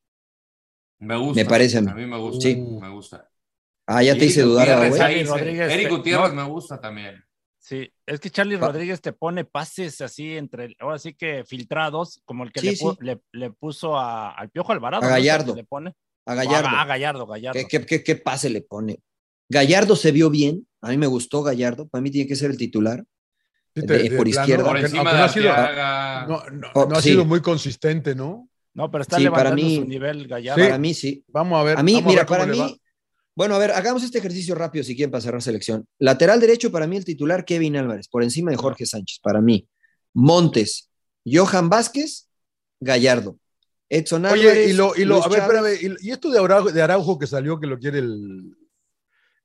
Me gusta. Me parece a mí. A mí me gusta. Sí. Me gusta. Ya te hice dudar, güey. Eric Gutiérrez me gusta también. Sí, es que Charlie Rodríguez te pone pases así ahora sí que filtrados, como el que le puso al Piojo Alvarado. A Gallardo. Le pone. A Gallardo. A Gallardo. ¿Qué pase le pone? Gallardo se vio bien. A mí me gustó Gallardo. Para mí tiene que ser el titular. Por izquierda. Por encima de Arteaga. No ha sido muy consistente, ¿no? No, pero está levantando su nivel Gallardo. Para mí sí. Vamos a ver. Para mí. Bueno, a ver, hagamos este ejercicio rápido si quieren para cerrar selección. Lateral derecho, para mí el titular, Kevin Álvarez, por encima de Jorge Sánchez, para mí. Montes, Johan Vázquez, Gallardo. Edson Álvarez. Oye, a ver, espérame, y esto de Araujo que salió, que lo quiere el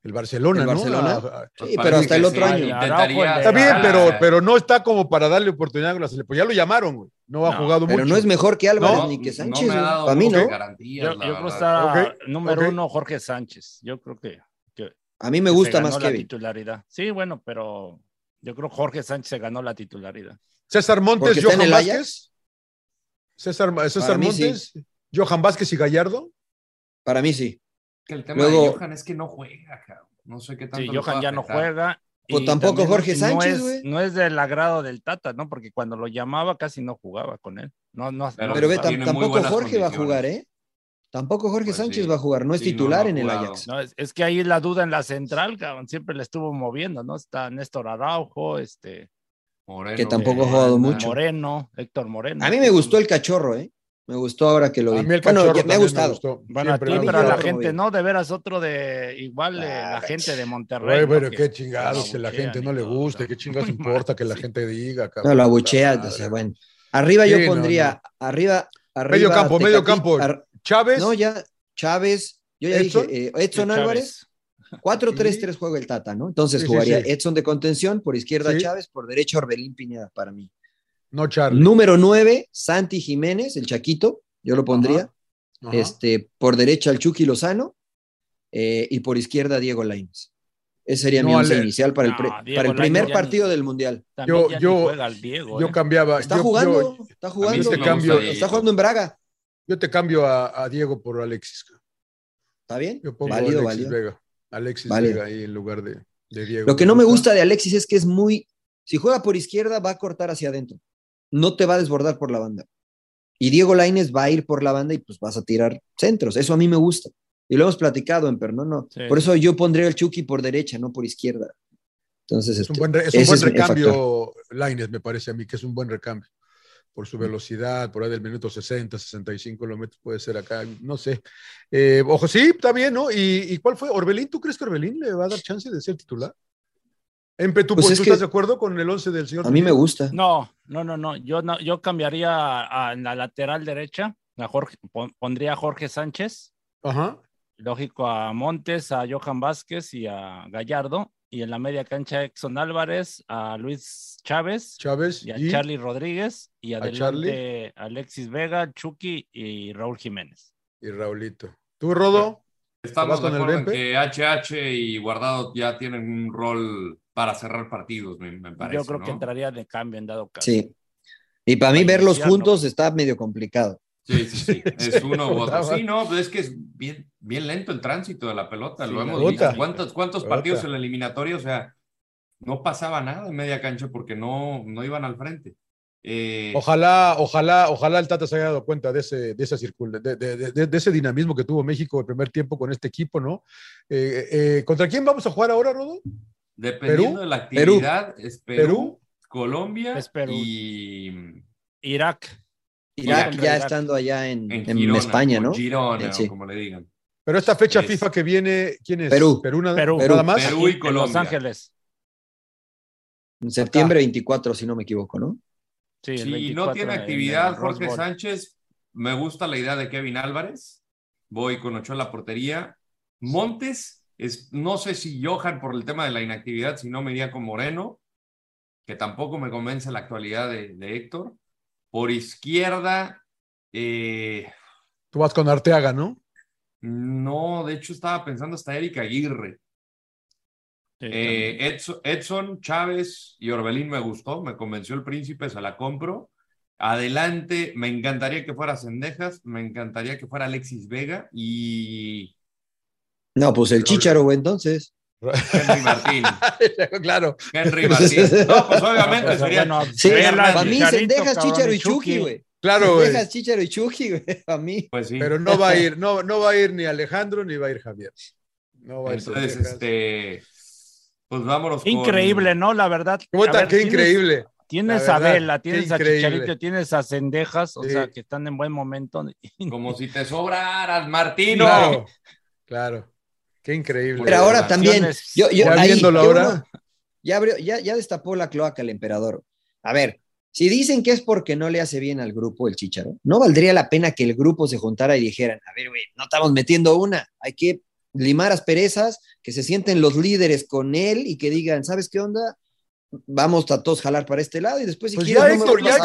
El Barcelona, ¿no? Sí, pero hasta el otro año. Está bien, pero no está como para darle oportunidad a la selección. Pues ya lo llamaron, güey. No ha jugado mucho. Pero no es mejor que Álvarez ni que Sánchez. Para mí, ¿no? Yo creo que está número uno Jorge Sánchez. Yo creo que a mí me gusta más la Kevin. titularidad. Sí, bueno, pero yo creo que Jorge Sánchez se ganó la titularidad. César Montes, Johan Vázquez. César Montes, sí. Johan Vázquez y Gallardo. Para mí sí. Que el tema de Johan es que no juega, cabrón. No sé qué tanto. Sí, Johan ya no juega. Pues tampoco Jorge Sánchez, güey. No es del agrado del Tata, ¿no? Porque cuando lo llamaba casi no jugaba con él. Pero ve, tampoco Jorge va a jugar, ¿eh? Tampoco Jorge Sánchez va a jugar, no es titular en el Ajax. No, es que ahí la duda en la central, cabrón, siempre le estuvo moviendo, ¿no? Está Néstor Araujo, Moreno, que tampoco ha jugado mucho. Héctor Moreno. A mí me gustó el Cachorro, ¿eh? Me gustó ahora que lo vi. Bueno, me ha gustado. Bueno, a ti, pero a la gente, ¿no? De veras otro la gente de Monterrey. Pero qué chingados, que la gente no le guste, qué chingados importa que la gente diga, cabrón. No, lo abuchea, o sea, bueno. Arriba yo pondría, arriba. Medio campo. Chávez. No, ya, Chávez. Yo ya dije, Edson Álvarez. 4-3-3 juega el Tata, ¿no? Entonces jugaría Edson de contención, por izquierda Chávez, por derecha Orbelín Pineda, para mí. No, Charlie. Número 9, Santi Jiménez, el Chaquito, yo lo pondría. Ajá. Por derecha el Chucky Lozano y por izquierda Diego Lainez. Ese sería mi once inicial para el primer partido del Mundial. Yo cambiaba. Está jugando. Está jugando en Braga. Yo te cambio a Diego por Alexis. ¿Está bien? Yo pongo Alexis Vega. Alexis Vega ahí en lugar de Diego. Lo que no me gusta de Alexis es que es muy... Si juega por izquierda, va a cortar hacia adentro. No te va a desbordar por la banda. Y Diego Lainez va a ir por la banda y pues vas a tirar centros. Eso a mí me gusta. Y lo hemos platicado, Emper, ¿no? Sí. Por eso yo pondría el Chucky por derecha, no por izquierda. Entonces, es un buen recambio, Lainez, me parece a mí que es un buen recambio. Por su velocidad, por ahí del minuto 60, 65 kilómetros puede ser acá, no sé. Ojo, sí, está bien, ¿no? ¿Y cuál fue? ¿Orbelín? ¿Tú crees que Orbelín le va a dar chance de ser titular? ¿Tú estás de acuerdo con el 11 del señor? A mí me gusta. No. Yo cambiaría en la lateral derecha, pondría a Jorge Sánchez. Ajá. Lógico, a Montes, a Johan Vázquez y a Gallardo. Y en la media cancha Edson Álvarez, a Luis Chávez y a Charlie Rodríguez. Y adelante Alexis Vega, Chucky y Raúl Jiménez. Y Raulito. ¿Tú, Rodo? Estamos de acuerdo en que HH y Guardado ya tienen un rol para cerrar partidos, me parece. Yo creo que entraría de cambio en dado caso. Sí. Y para mí verlos juntos está medio complicado. Sí. Es uno u otro. Sí, no, es que es bien lento el tránsito de la pelota. Lo hemos visto. ¿Cuántos partidos en la eliminatoria? O sea, no pasaba nada en media cancha porque no iban al frente. Ojalá el Tata se haya dado cuenta de ese dinamismo que tuvo México el primer tiempo con este equipo, ¿no? ¿Contra quién vamos a jugar ahora, Rodo? Dependiendo de la actividad, es Perú, Colombia y Irak. Irak ya estando allá en Girona, España, ¿no? Girona, como le digan. Pero esta fecha FIFA que viene, ¿quién es? Perú. Nada más. Perú y Colombia. Los Ángeles. En septiembre 24, si no me equivoco, ¿no? Sí, si no tiene actividad Jorge Sánchez, me gusta la idea de Kevin Álvarez. Voy con Ochoa en la portería. Montes, no sé si Johan por el tema de la inactividad, si no me iría con Moreno, que tampoco me convence la actualidad de Héctor. Por izquierda. Tú vas con Arteaga, ¿no? No, de hecho estaba pensando hasta Eric Aguirre. Edson, Chávez y Orbelín me gustó, me convenció el Príncipe, se la compro. Adelante, me encantaría que fuera Cendejas, me encantaría que fuera Alexis Vega y... No, pues el Chícharo, güey, entonces. Henry Martín. Claro. Henry Martín. No, pues obviamente sería... Sí, para mí Cendejas, Chícharo y Chucky, güey. Claro, güey. Cendejas, Chícharo y Chucky, güey, a mí. Pues sí. Pero no va a ir ni Alejandro ni va a ir Javier. No va a ir. Entonces, pues vámonos. Increíble, ¿no? La verdad. Qué increíble. Tienes a Vela, tienes a Chicharito, tienes a Cendejas, o sea, que están en buen momento. Como si te sobraras, Martino. Claro. Qué increíble. Pero ahora también, ya destapó la cloaca el emperador. A ver, si dicen que es porque no le hace bien al grupo el Chícharo, ¿no valdría la pena que el grupo se juntara y dijeran, a ver, güey, no estamos metiendo una, hay que limar asperezas, que se sienten los líderes con él y que digan, ¿sabes qué onda? Vamos a todos jalar para este lado y después si pues quieres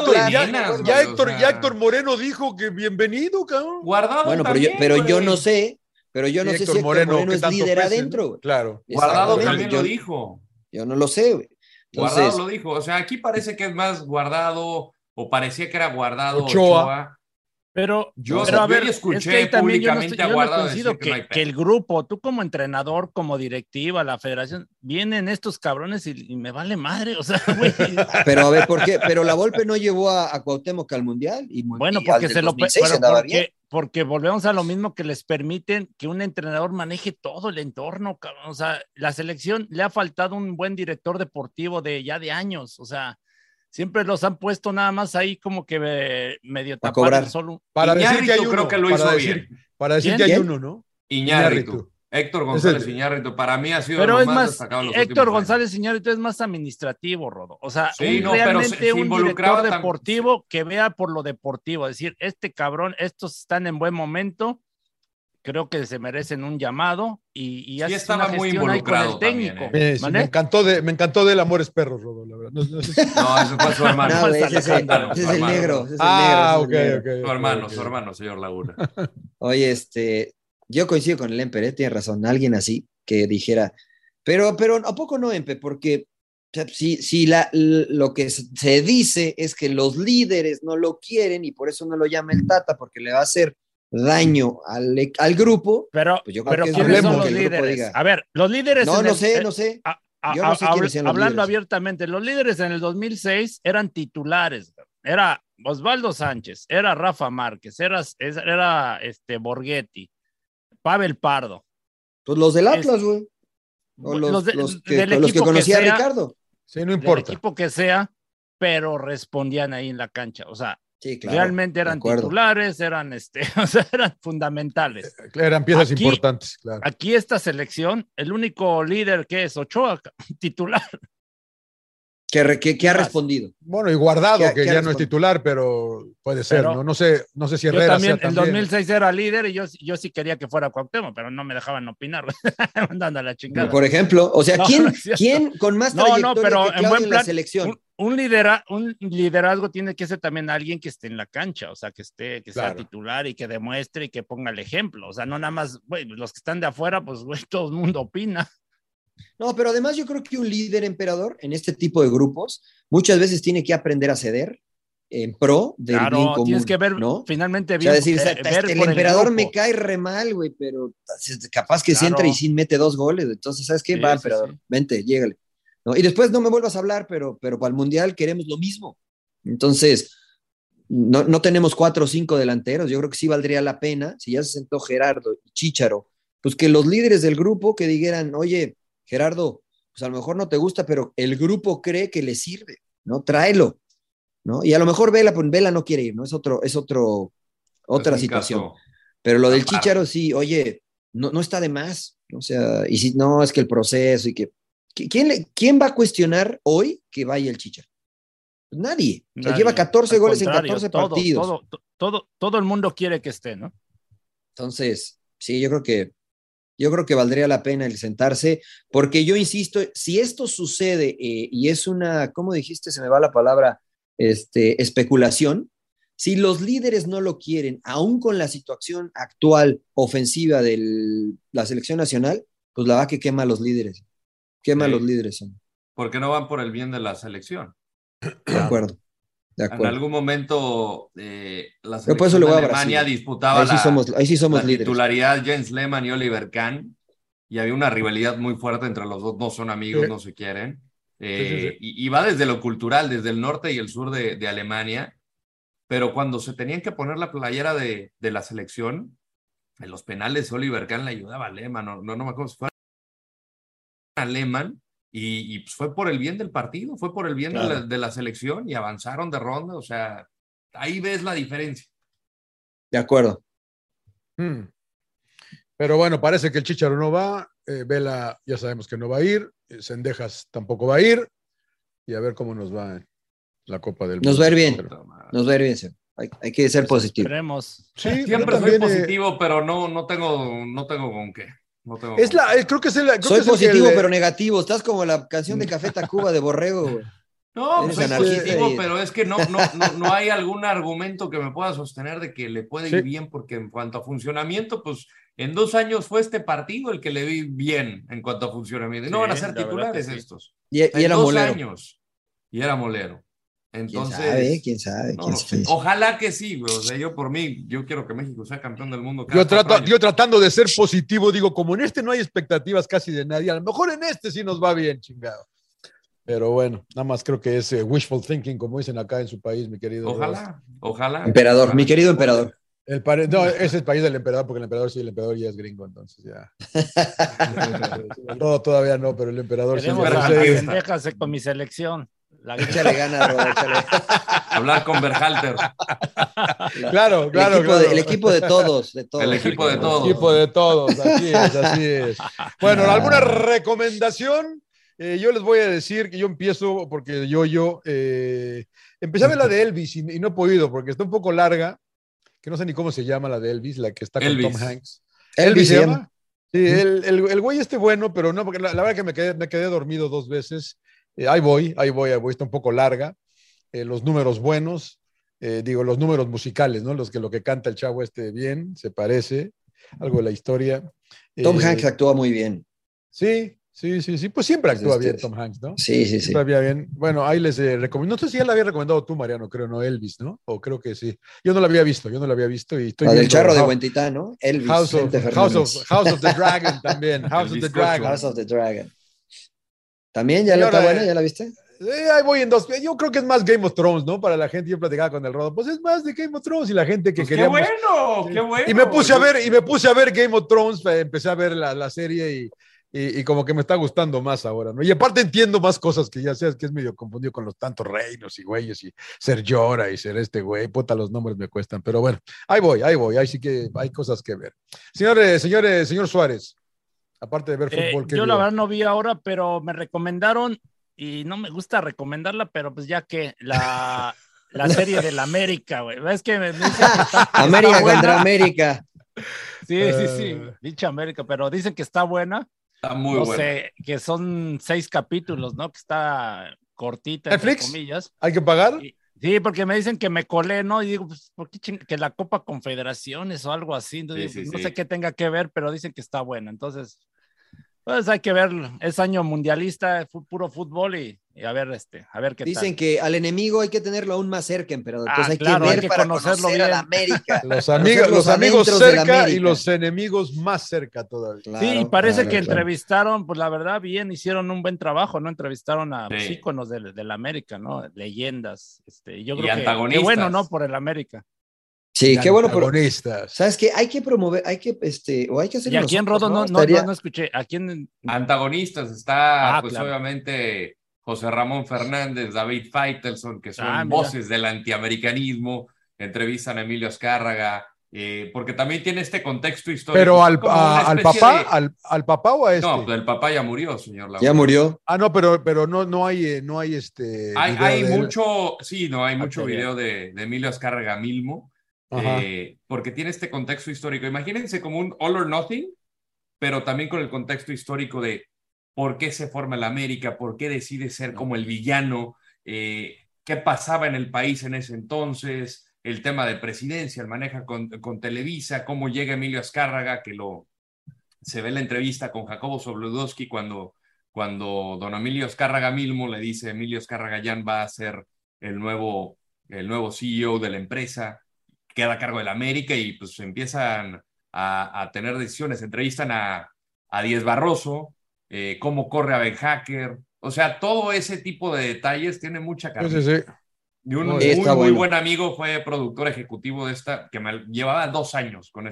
ya Héctor Moreno dijo que bienvenido, cabrón. Guardado bueno, también, pero yo no sé si Héctor Moreno es líder adentro, güey. Claro. Guardado también lo dijo. Yo no lo sé, güey. Guardado lo dijo. O sea, aquí parece que es más Guardado, o parecía que era Guardado Ochoa. Pero yo a ver, escuché públicamente a Guardado decir que el grupo, tú como entrenador, como directiva, la federación, vienen estos cabrones y me vale madre, o sea, güey. Pero a ver, ¿por qué? Pero la Volpe no llevó a Cuauhtémoc al Mundial. Bueno, porque porque volvemos a lo mismo, que les permiten que un entrenador maneje todo el entorno, cabrón. O sea, la selección le ha faltado un buen director deportivo de años, o sea, siempre los han puesto nada más ahí como que medio tapar solo. Para decir que hay uno, creo que lo hizo bien. Para decir que hay uno, ¿no? Iñárritu. Héctor González Iñárritu, para mí ha sido pero lo más destacado en los Héctor últimos González Iñárritu es más administrativo, Rodo. O sea, realmente un director deportivo que vea por lo deportivo. Es decir, este cabrón, estos están en buen momento, creo que se merecen un llamado y sí estaba muy involucrado con el técnico. También, sí, me encantó de Amores Perros, Rodo, la verdad. No, eso fue su hermano. No, ese es el negro. Su hermano, señor Laguna. Oye, yo coincido con el Emper, tiene razón, alguien así que dijera, pero ¿a poco no, Empe? Porque o sea, si lo que se dice es que los líderes no lo quieren y por eso no lo llama el Tata, porque le va a hacer daño al grupo, pero, pues yo creo que ¿quiénes son los líderes? A ver, los líderes... No sé. Yo no sé quiénes sean los hablando líderes. Abiertamente, los líderes en el 2006 eran titulares, era Osvaldo Sánchez, era Rafa Márquez, era Borghetti, Pavel Pardo. Pues los del Atlas, güey. Los que conocía a Ricardo. Sí, no importa. El equipo que sea, pero respondían ahí en la cancha. O sea, sí, claro, realmente eran titulares, eran eran fundamentales. Eran piezas importantes, claro. Aquí esta selección, el único líder que es Ochoa, titular. Que ha respondido. Bueno, y Guardado, que ya no es titular, pero puede ser, ¿no? No sé si Herrera también, sea en 2006 era líder y yo sí quería que fuera Cuauhtémoc, pero no me dejaban opinar, mandando a la chingada. Por ejemplo, o sea, ¿quién con más trayectoria pero que Claudio en la selección? Un liderazgo tiene que ser también alguien que esté en la cancha, o sea, que sea titular y que demuestre y que ponga el ejemplo. O sea, no nada más, güey, los que están de afuera, pues, güey, todo el mundo opina. No, pero además yo creo que un líder emperador en este tipo de grupos muchas veces tiene que aprender a ceder en pro del bien común. Tienes que ver, ¿no? finalmente bien. O sea, decir, el emperador me cae re mal, güey, pero capaz que se entra y sí mete 2 goles. Entonces, ¿sabes qué? Va, emperador, vente, llégale. ¿No? Y después no me vuelvas a hablar, pero para el Mundial queremos lo mismo. Entonces, no tenemos 4 o 5 delanteros. Yo creo que sí valdría la pena, si ya se sentó Gerardo y Chícharo, pues que los líderes del grupo que dijeran, oye, Gerardo, pues a lo mejor no te gusta, pero el grupo cree que le sirve, ¿no? Tráelo, ¿no? Y a lo mejor Vela no quiere ir, ¿no? Es otra situación. Caso. Pero lo del Chícharo sí, oye, no está de más. O sea, y si no, es que el proceso y que... ¿Quién va a cuestionar hoy que vaya el Chícharo? Pues nadie. O sea, lleva 14 goles en 14 partidos. Todo el mundo quiere que esté, ¿no? Entonces, sí, yo creo que valdría la pena el sentarse, porque yo insisto, si esto sucede y es una, ¿cómo dijiste? Se me va la palabra, especulación. Si los líderes no lo quieren, aún con la situación actual ofensiva de la selección nacional, pues la va que quema a los líderes. Quema a los líderes. Porque no van por el bien de la selección. De acuerdo. En algún momento la selección de Alemania disputaba ahí sí somos la líderes. Titularidad Jens Lehmann y Oliver Kahn, y había una rivalidad muy fuerte entre los dos, no son amigos, no se quieren. Sí. Y va desde lo cultural, desde el norte y el sur de Alemania, pero cuando se tenían que poner la playera de la selección, en los penales Oliver Kahn le ayudaba a Lehmann, no me acuerdo si fue a Lehmann, y pues fue por el bien del partido, fue por el bien de la selección, y avanzaron de ronda. O sea, ahí ves la diferencia. De acuerdo. Pero bueno, parece que el Chícharo no va, Vela ya sabemos que no va a ir, Cendejas tampoco va a ir, y a ver cómo nos va en la Copa del Mundo. Nos va a ir bien, sí. Hay que ser positivo. Esperemos. Sí, siempre soy positivo, pero no tengo con qué. Creo que es el. Soy positivo, pero negativo. Estás como la canción de Café Tacuba de Borrego, güey. No, pues es positivo, pero es que no hay algún argumento que me pueda sostener de que le puede ir bien, porque en cuanto a funcionamiento, pues en 2 años fue este partido el que le vi bien en cuanto a funcionamiento. No van a ser titulares estos. Y era 2 molero. años. Y era molero. Entonces, ¿Quién sabe? Ojalá que sí, güey. O sea, yo quiero que México sea campeón del mundo. Yo tratando de ser positivo, digo, como en este no hay expectativas casi de nadie, a lo mejor en este sí nos va bien, chingado. Pero bueno, nada más creo que es wishful thinking, como dicen acá en su país, mi querido. Ojalá. Emperador, mi querido emperador. No, es el país del emperador, porque el emperador ya es gringo, entonces ya. No, todavía no, pero el emperador sí. Pendejas con mi selección. Échale ganas, échale. Hablar con Berhalter. Claro. El equipo de todos. El equipo de todos. El equipo de todos, así es. Bueno, ¿alguna recomendación? Yo les voy a decir que yo empiezo porque yo empecé a ver la de Elvis y no he podido porque está un poco larga, que no sé ni cómo se llama la de Elvis, la que está con Tom Hanks. ¿Elvis se llama? Sí, el güey bueno, pero no, porque la verdad que me quedé dormido 2 veces. Ahí voy, está un poco larga. Los números buenos, los números musicales, ¿no? Lo que canta el chavo bien, se parece, algo de la historia. Tom Hanks actúa muy bien. Sí, pues siempre actúa bien Tom Hanks, ¿no? Sí. Siempre bien. Bueno, ahí les recomiendo. No sé si ya la había recomendado tú, Mariano, creo, ¿no? Elvis, ¿no? O creo que sí. Yo no la había visto y estoy la del charro de Huentitán, ¿no? Elvis. House of the Dragon también. House of the Dragon. ¿También ya está buena? ¿Ya la viste? Ahí voy en 2. Yo creo que es más Game of Thrones, ¿no? Para la gente, yo platicaba con el Rodo, pues es más de Game of Thrones y la gente que quería. ¡Qué bueno! Y me puse a ver Game of Thrones, empecé a ver la serie y como que me está gustando más ahora, ¿no? Y aparte entiendo más cosas que ya sabes que es medio confundido con los tantos reinos y güeyes y ser Jorah y ser güey, puta, los nombres me cuestan, pero bueno, ahí voy, ahí sí que hay cosas que ver. Señor Suárez, aparte de ver fútbol. Yo la verdad no vi ahora, pero me recomendaron, y no me gusta recomendarla, pero pues ya que la serie del América, güey. ¿Ves que me dicen que América contra América? Sí, dicha América, pero dicen que está buena. Está muy buena. Sé, que son 6 capítulos, ¿no? Que está cortita, ¿Netflix? Entre comillas. ¿Hay que pagar? Sí, porque me dicen que me colé, ¿no? Y digo, pues, ¿por qué que la Copa Confederaciones o algo así? Entonces, no sé qué tenga que ver, pero dicen que está buena. Entonces, pues hay que ver, es año mundialista, puro fútbol y a ver qué Dicen tal. que al enemigo hay que tenerlo aún más cerca, emperador. Entonces claro, hay que ver para conocerlo conocer bien. a la América. Los amigos cerca y los enemigos más cerca todavía. Claro, sí, y parece que entrevistaron, pues la verdad, bien, hicieron un buen trabajo, ¿no? Entrevistaron a íconos de la América, ¿no? Leyendas. Yo creo que bueno, ¿no? Por el América. Sí, qué bueno. ¿Sabes qué? Hay que promover, hay que hacer. ¿Y a quién, Rodo? No escuché. ¿A quién? Antagonistas está, claro. Obviamente, José Ramón Fernández, David Faitelson, que son voces del antiamericanismo, entrevistan a Emilio Azcárraga, porque también tiene este contexto histórico. Pero al papá o a este? No, el papá ya murió, señor Laguna. Ya murió. No, pero no hay hay mucho, hay mucho video de Emilio Azcárraga Milmo. Porque tiene este contexto histórico. Imagínense como un All or Nothing, pero también con el contexto histórico de por qué se forma la América, por qué decide ser como el villano, qué pasaba en el país en ese entonces, el tema de presidencia, el maneja con Televisa, cómo llega Emilio Azcárraga, que se ve en la entrevista con Jacobo Zabludowski cuando don Emilio Azcárraga Milmo le dice Emilio Azcárraga Jan va a ser el nuevo CEO de la empresa, queda a cargo de la América y pues empiezan a tener decisiones. Entrevistan a Díez Barroso, cómo corre a Ben Hacker. O sea, todo ese tipo de detalles tiene mucha carga. Sí. Y un muy buen amigo fue productor ejecutivo de esta, que me llevaba 2 años con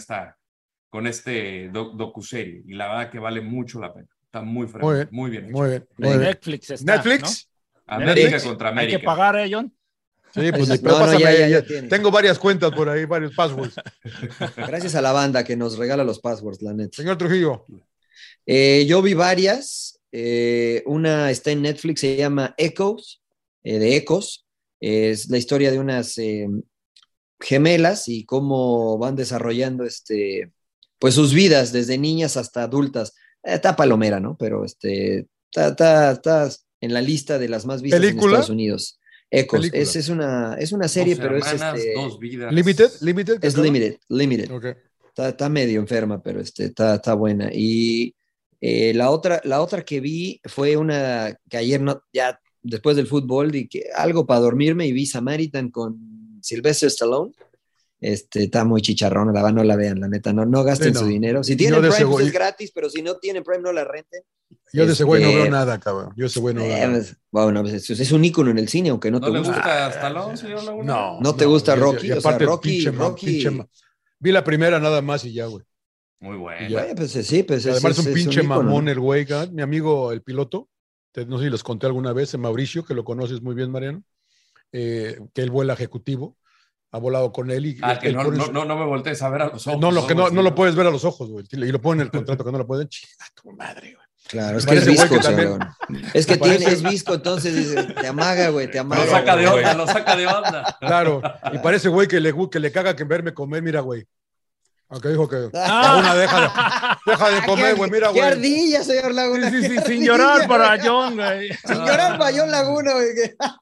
este docuserie. Y la verdad que vale mucho la pena. Está muy fresco, muy bien hecho. Netflix está, ¿Netflix? ¿no? América contra América. Hay que pagar, John. Sí, pues ya tengo varias cuentas por ahí, varios passwords. Gracias a la banda que nos regala los passwords, la neta. Señor Trujillo. Yo vi varias. Una está en Netflix, se llama Echoes, de Ecos. Es la historia de unas gemelas y cómo van desarrollando pues sus vidas, desde niñas hasta adultas. Está palomera, ¿no? Pero está en la lista de las más vistas en Estados Unidos. Ecos, es una serie, pero hermanas, es dos vidas. Limited. Es limited. Okay. Está medio enferma, pero está buena. Y la otra que vi fue una que ayer, ya después del fútbol, di que algo para dormirme y vi Samaritan con Sylvester Stallone. Está muy chicharrón, no la vean, la neta, no gasten su dinero. Si tienen Prime, pues es gratis, pero si no tienen Prime, no la renten. Yo de ese güey no veo nada, cabrón. Yo ese güey no veo nada. Bueno, es un ícono en el cine, aunque no te gusta. ¿No le gusta Stallone, señor Laguna? No te gusta Rocky. Y aparte, Rocky. Vi la primera nada más y ya, güey. Muy bueno. Pues sí, pues además es un pinche mamón el güey. Mi amigo, el piloto, no sé si los conté alguna vez, Mauricio, que lo conoces muy bien, Mariano, que él vuela ejecutivo. Ha volado con él y... que no me voltees a ver a los ojos. No lo puedes ver a los ojos, güey. Y lo ponen en el contrato que no lo pueden. Chinga tu madre, güey. Claro, es que es visco, es que es visco, entonces dice, te amaga, güey, te amaga. Lo saca de onda. Claro, y parece, güey, que le caga que verme comer, mira, güey. Aunque dijo que Laguna deja de comer, güey, mira, güey. Qué ardilla, señor Laguna. Sí, sin llorar para John, güey. Sin llorar para John Laguna, güey.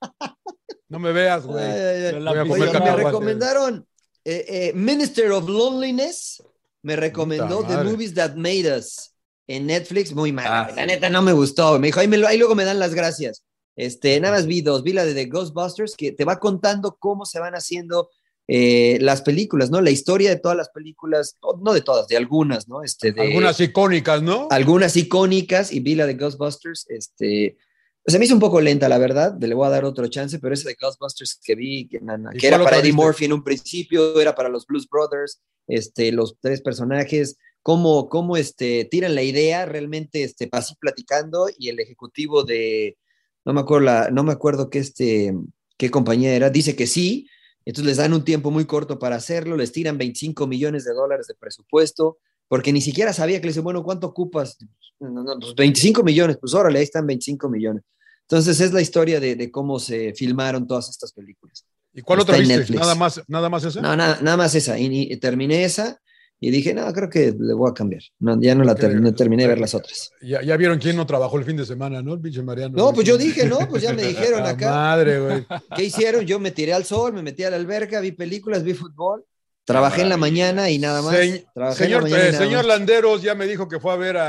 No me veas, güey. Me recomendaron Minister of Loneliness. Me recomendó The Movies That Made Us en Netflix. Muy mal. La neta no me gustó. Me dijo, ahí luego me dan las gracias. Nada más vi la de The Ghostbusters, que te va contando cómo se van haciendo las películas, ¿no? La historia de todas las películas, no de todas, de algunas, ¿no? Algunas icónicas, ¿no? Algunas icónicas, y vi la de Ghostbusters, se me hizo un poco lenta, la verdad, le voy a dar otro chance, pero esa de Ghostbusters que vi, que era para Eddie Murphy en un principio, era para los Blues Brothers, los tres personajes, cómo tiran la idea realmente así platicando, y el ejecutivo no me acuerdo qué compañía era, dice que sí. Entonces les dan un tiempo muy corto para hacerlo, les tiran $25 millones de presupuesto, porque ni siquiera sabía que le dicen, bueno, ¿cuánto ocupas? Pues 25 millones, pues órale, ahí están 25 millones. Entonces es la historia de cómo se filmaron todas estas películas. ¿Y cuál otra viste? ¿Nada más esa? No, nada más esa. Y terminé esa y dije, no, creo que le voy a cambiar. No, ya no terminé de ver las otras. Ya vieron quién no trabajó el fin de semana, ¿no? El pinche Mariano. No, pues yo dije, no, pues ya me dijeron acá. Madre, güey. ¿Qué hicieron? Yo me tiré al sol, me metí a la alberca, vi películas, vi fútbol. Trabajé en la mañana y nada más. Señor Landeros ya me dijo que fue a ver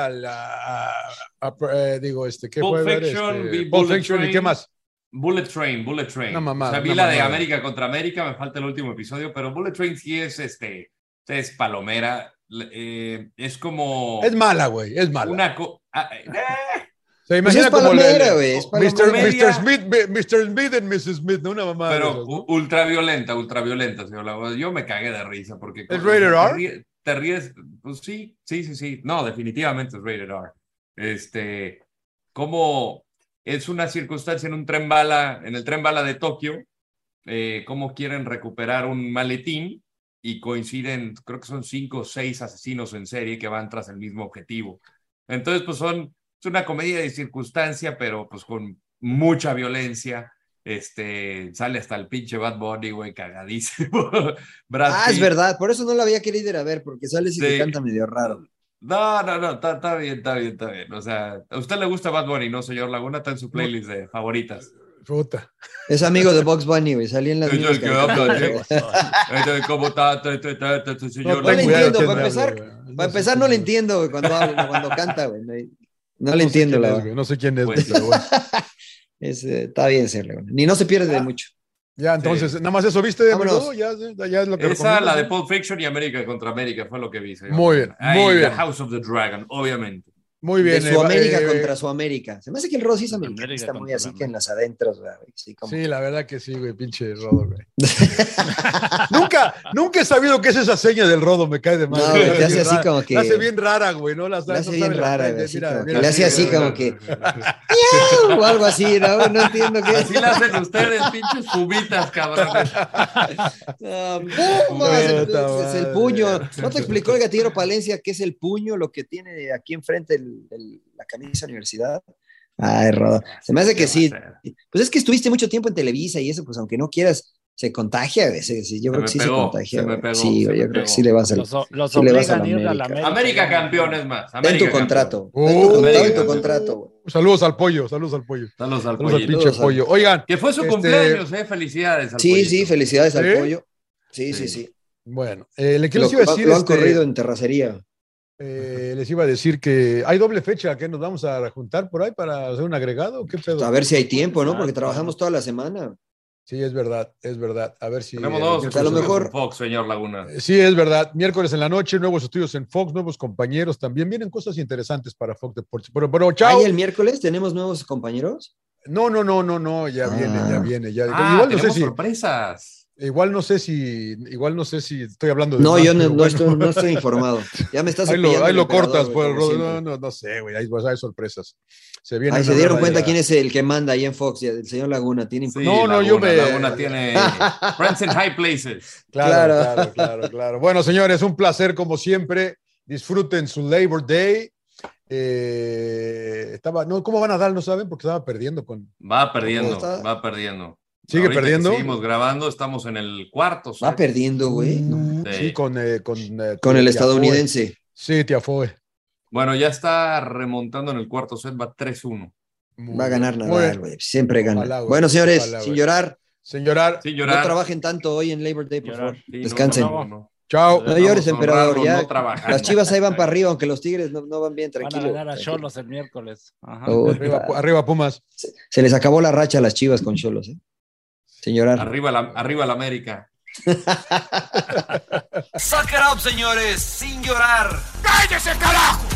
¿qué fue a ver? Pulp Fiction y qué más. Bullet Train. Una mamada. O sea, vi la de América contra América, me falta el último episodio, pero Bullet Train sí es palomera. Es como... Es mala, güey, es mala. Se imagina pues como palomera, güey. Mr. Smith and Mrs. Smith, ¿no? Una mamada. Pero ¿no? ultraviolenta, señor Laguna. Yo me cagué de risa porque... ¿Es rated R? Te ríes, pues sí. No, definitivamente es rated R. Como es una circunstancia en el tren bala de Tokio, cómo quieren recuperar un maletín y coinciden, creo que son 5 o 6 asesinos en serie que van tras el mismo objetivo. Entonces, pues es una comedia de circunstancia, pero pues con mucha violencia. Sale hasta el pinche Bad Bunny, güey, cagadísimo. Es verdad, por eso no la había querido ir a ver, porque sale y te canta medio raro. No, está bien. O sea, a usted le gusta Bad Bunny, ¿no, señor Laguna? Está en su playlist de favoritas. Puta. Es amigo de Bugs Bunny, güey, salí en las mismas ¿Cómo está, señor? No le entiendo, para empezar no le entiendo, güey, cuando canta, güey. No le entiendo, la verdad. No sé quién es, pero bueno. Está bien, serle. Ni no se pierde de mucho. Ya, entonces, nada más eso viste de nuevo, ya es lo que esa, la de Pulp Fiction y América contra América fue lo que vi. Muy bien, muy bien. The House of the Dragon, obviamente. Muy bien. De Sudamérica contra Sudamérica. Se me hace que el Rodo sí es americanista, muy así que en las adentros, güey. Sí, la verdad que sí, güey, pinche Rodo, güey. nunca he sabido qué es esa seña del Rodo, me cae de mal. No, güey, te hace así como que... La hace bien rara, güey, ¿no? La hace bien rara, güey. Le hace así como que... o algo así, ¿no? No entiendo qué. Así la hacen ustedes, pinches fumitas, cabrones. Es el puño. ¿No te explicó el gatillero Palencia qué es el puño, lo que tiene aquí enfrente la camisa universidad? Ay, Rodo. Se me hace que sí. Pues es que estuviste mucho tiempo en Televisa y eso, pues aunque no quieras, Se contagia, yo creo que sí se contagia. Sí, yo creo que sí le vas a los obligan a ir a la América campeón, es más. En tu contrato. En tu contrato. Saludos al pollo. Saludos al pinche pollo. Oigan. Que fue su cumpleaños, felicidades al pollo. Sí, felicidades al pollo. Sí. Bueno, les iba a decir. Lo han corrido en terracería. Les iba a decir que hay doble fecha, que nos vamos a juntar por ahí para hacer un agregado. ¿Qué pedo? A ver si hay tiempo, ¿no? Porque trabajamos toda la semana. Sí, es verdad. A ver si... Tenemos dos a lo mejor en Fox, señor Laguna. Sí, es verdad. Miércoles en la noche, nuevos estudios en Fox, nuevos compañeros. También vienen cosas interesantes para Fox Deportes. Pero chao. ¿Ahí el miércoles tenemos nuevos compañeros? No. Ya viene. Igual no sé si... sorpresas. Igual no sé si estoy hablando de... No, yo no estoy informado. Ya me estás... Ahí lo cortas, pues, no sé, güey, hay sorpresas. Se dieron cuenta quién es el que manda ahí en Fox, el señor Laguna. Tiene Laguna tiene Friends in High Places. Claro. Bueno, señores, un placer como siempre. Disfruten su Labor Day. ¿Cómo van a dar? No saben, porque estaba perdiendo con... Va perdiendo. ¿Sigue perdiendo? Seguimos grabando, estamos en el cuarto. Va perdiendo, güey. Sí, con el estadounidense. Sí, Tiafoe. Bueno, ya está remontando en el cuarto set, va 3-1. Va a ganar Nadal, güey. Siempre gana. Ojalá, bueno, señores, sin llorar. No trabajen tanto hoy en Labor Day, por favor. Descansen. Chao. No llores, emperador. Ya las Chivas ahí van para arriba, aunque los Tigres no van bien, tranquilo. Van a ganar a Xolos el miércoles. Arriba Pumas. Se les acabó la racha a las Chivas con Xolos, Sin llorar. Arriba la América. Suck it up, señores, sin llorar. ¡Cállese, carajo!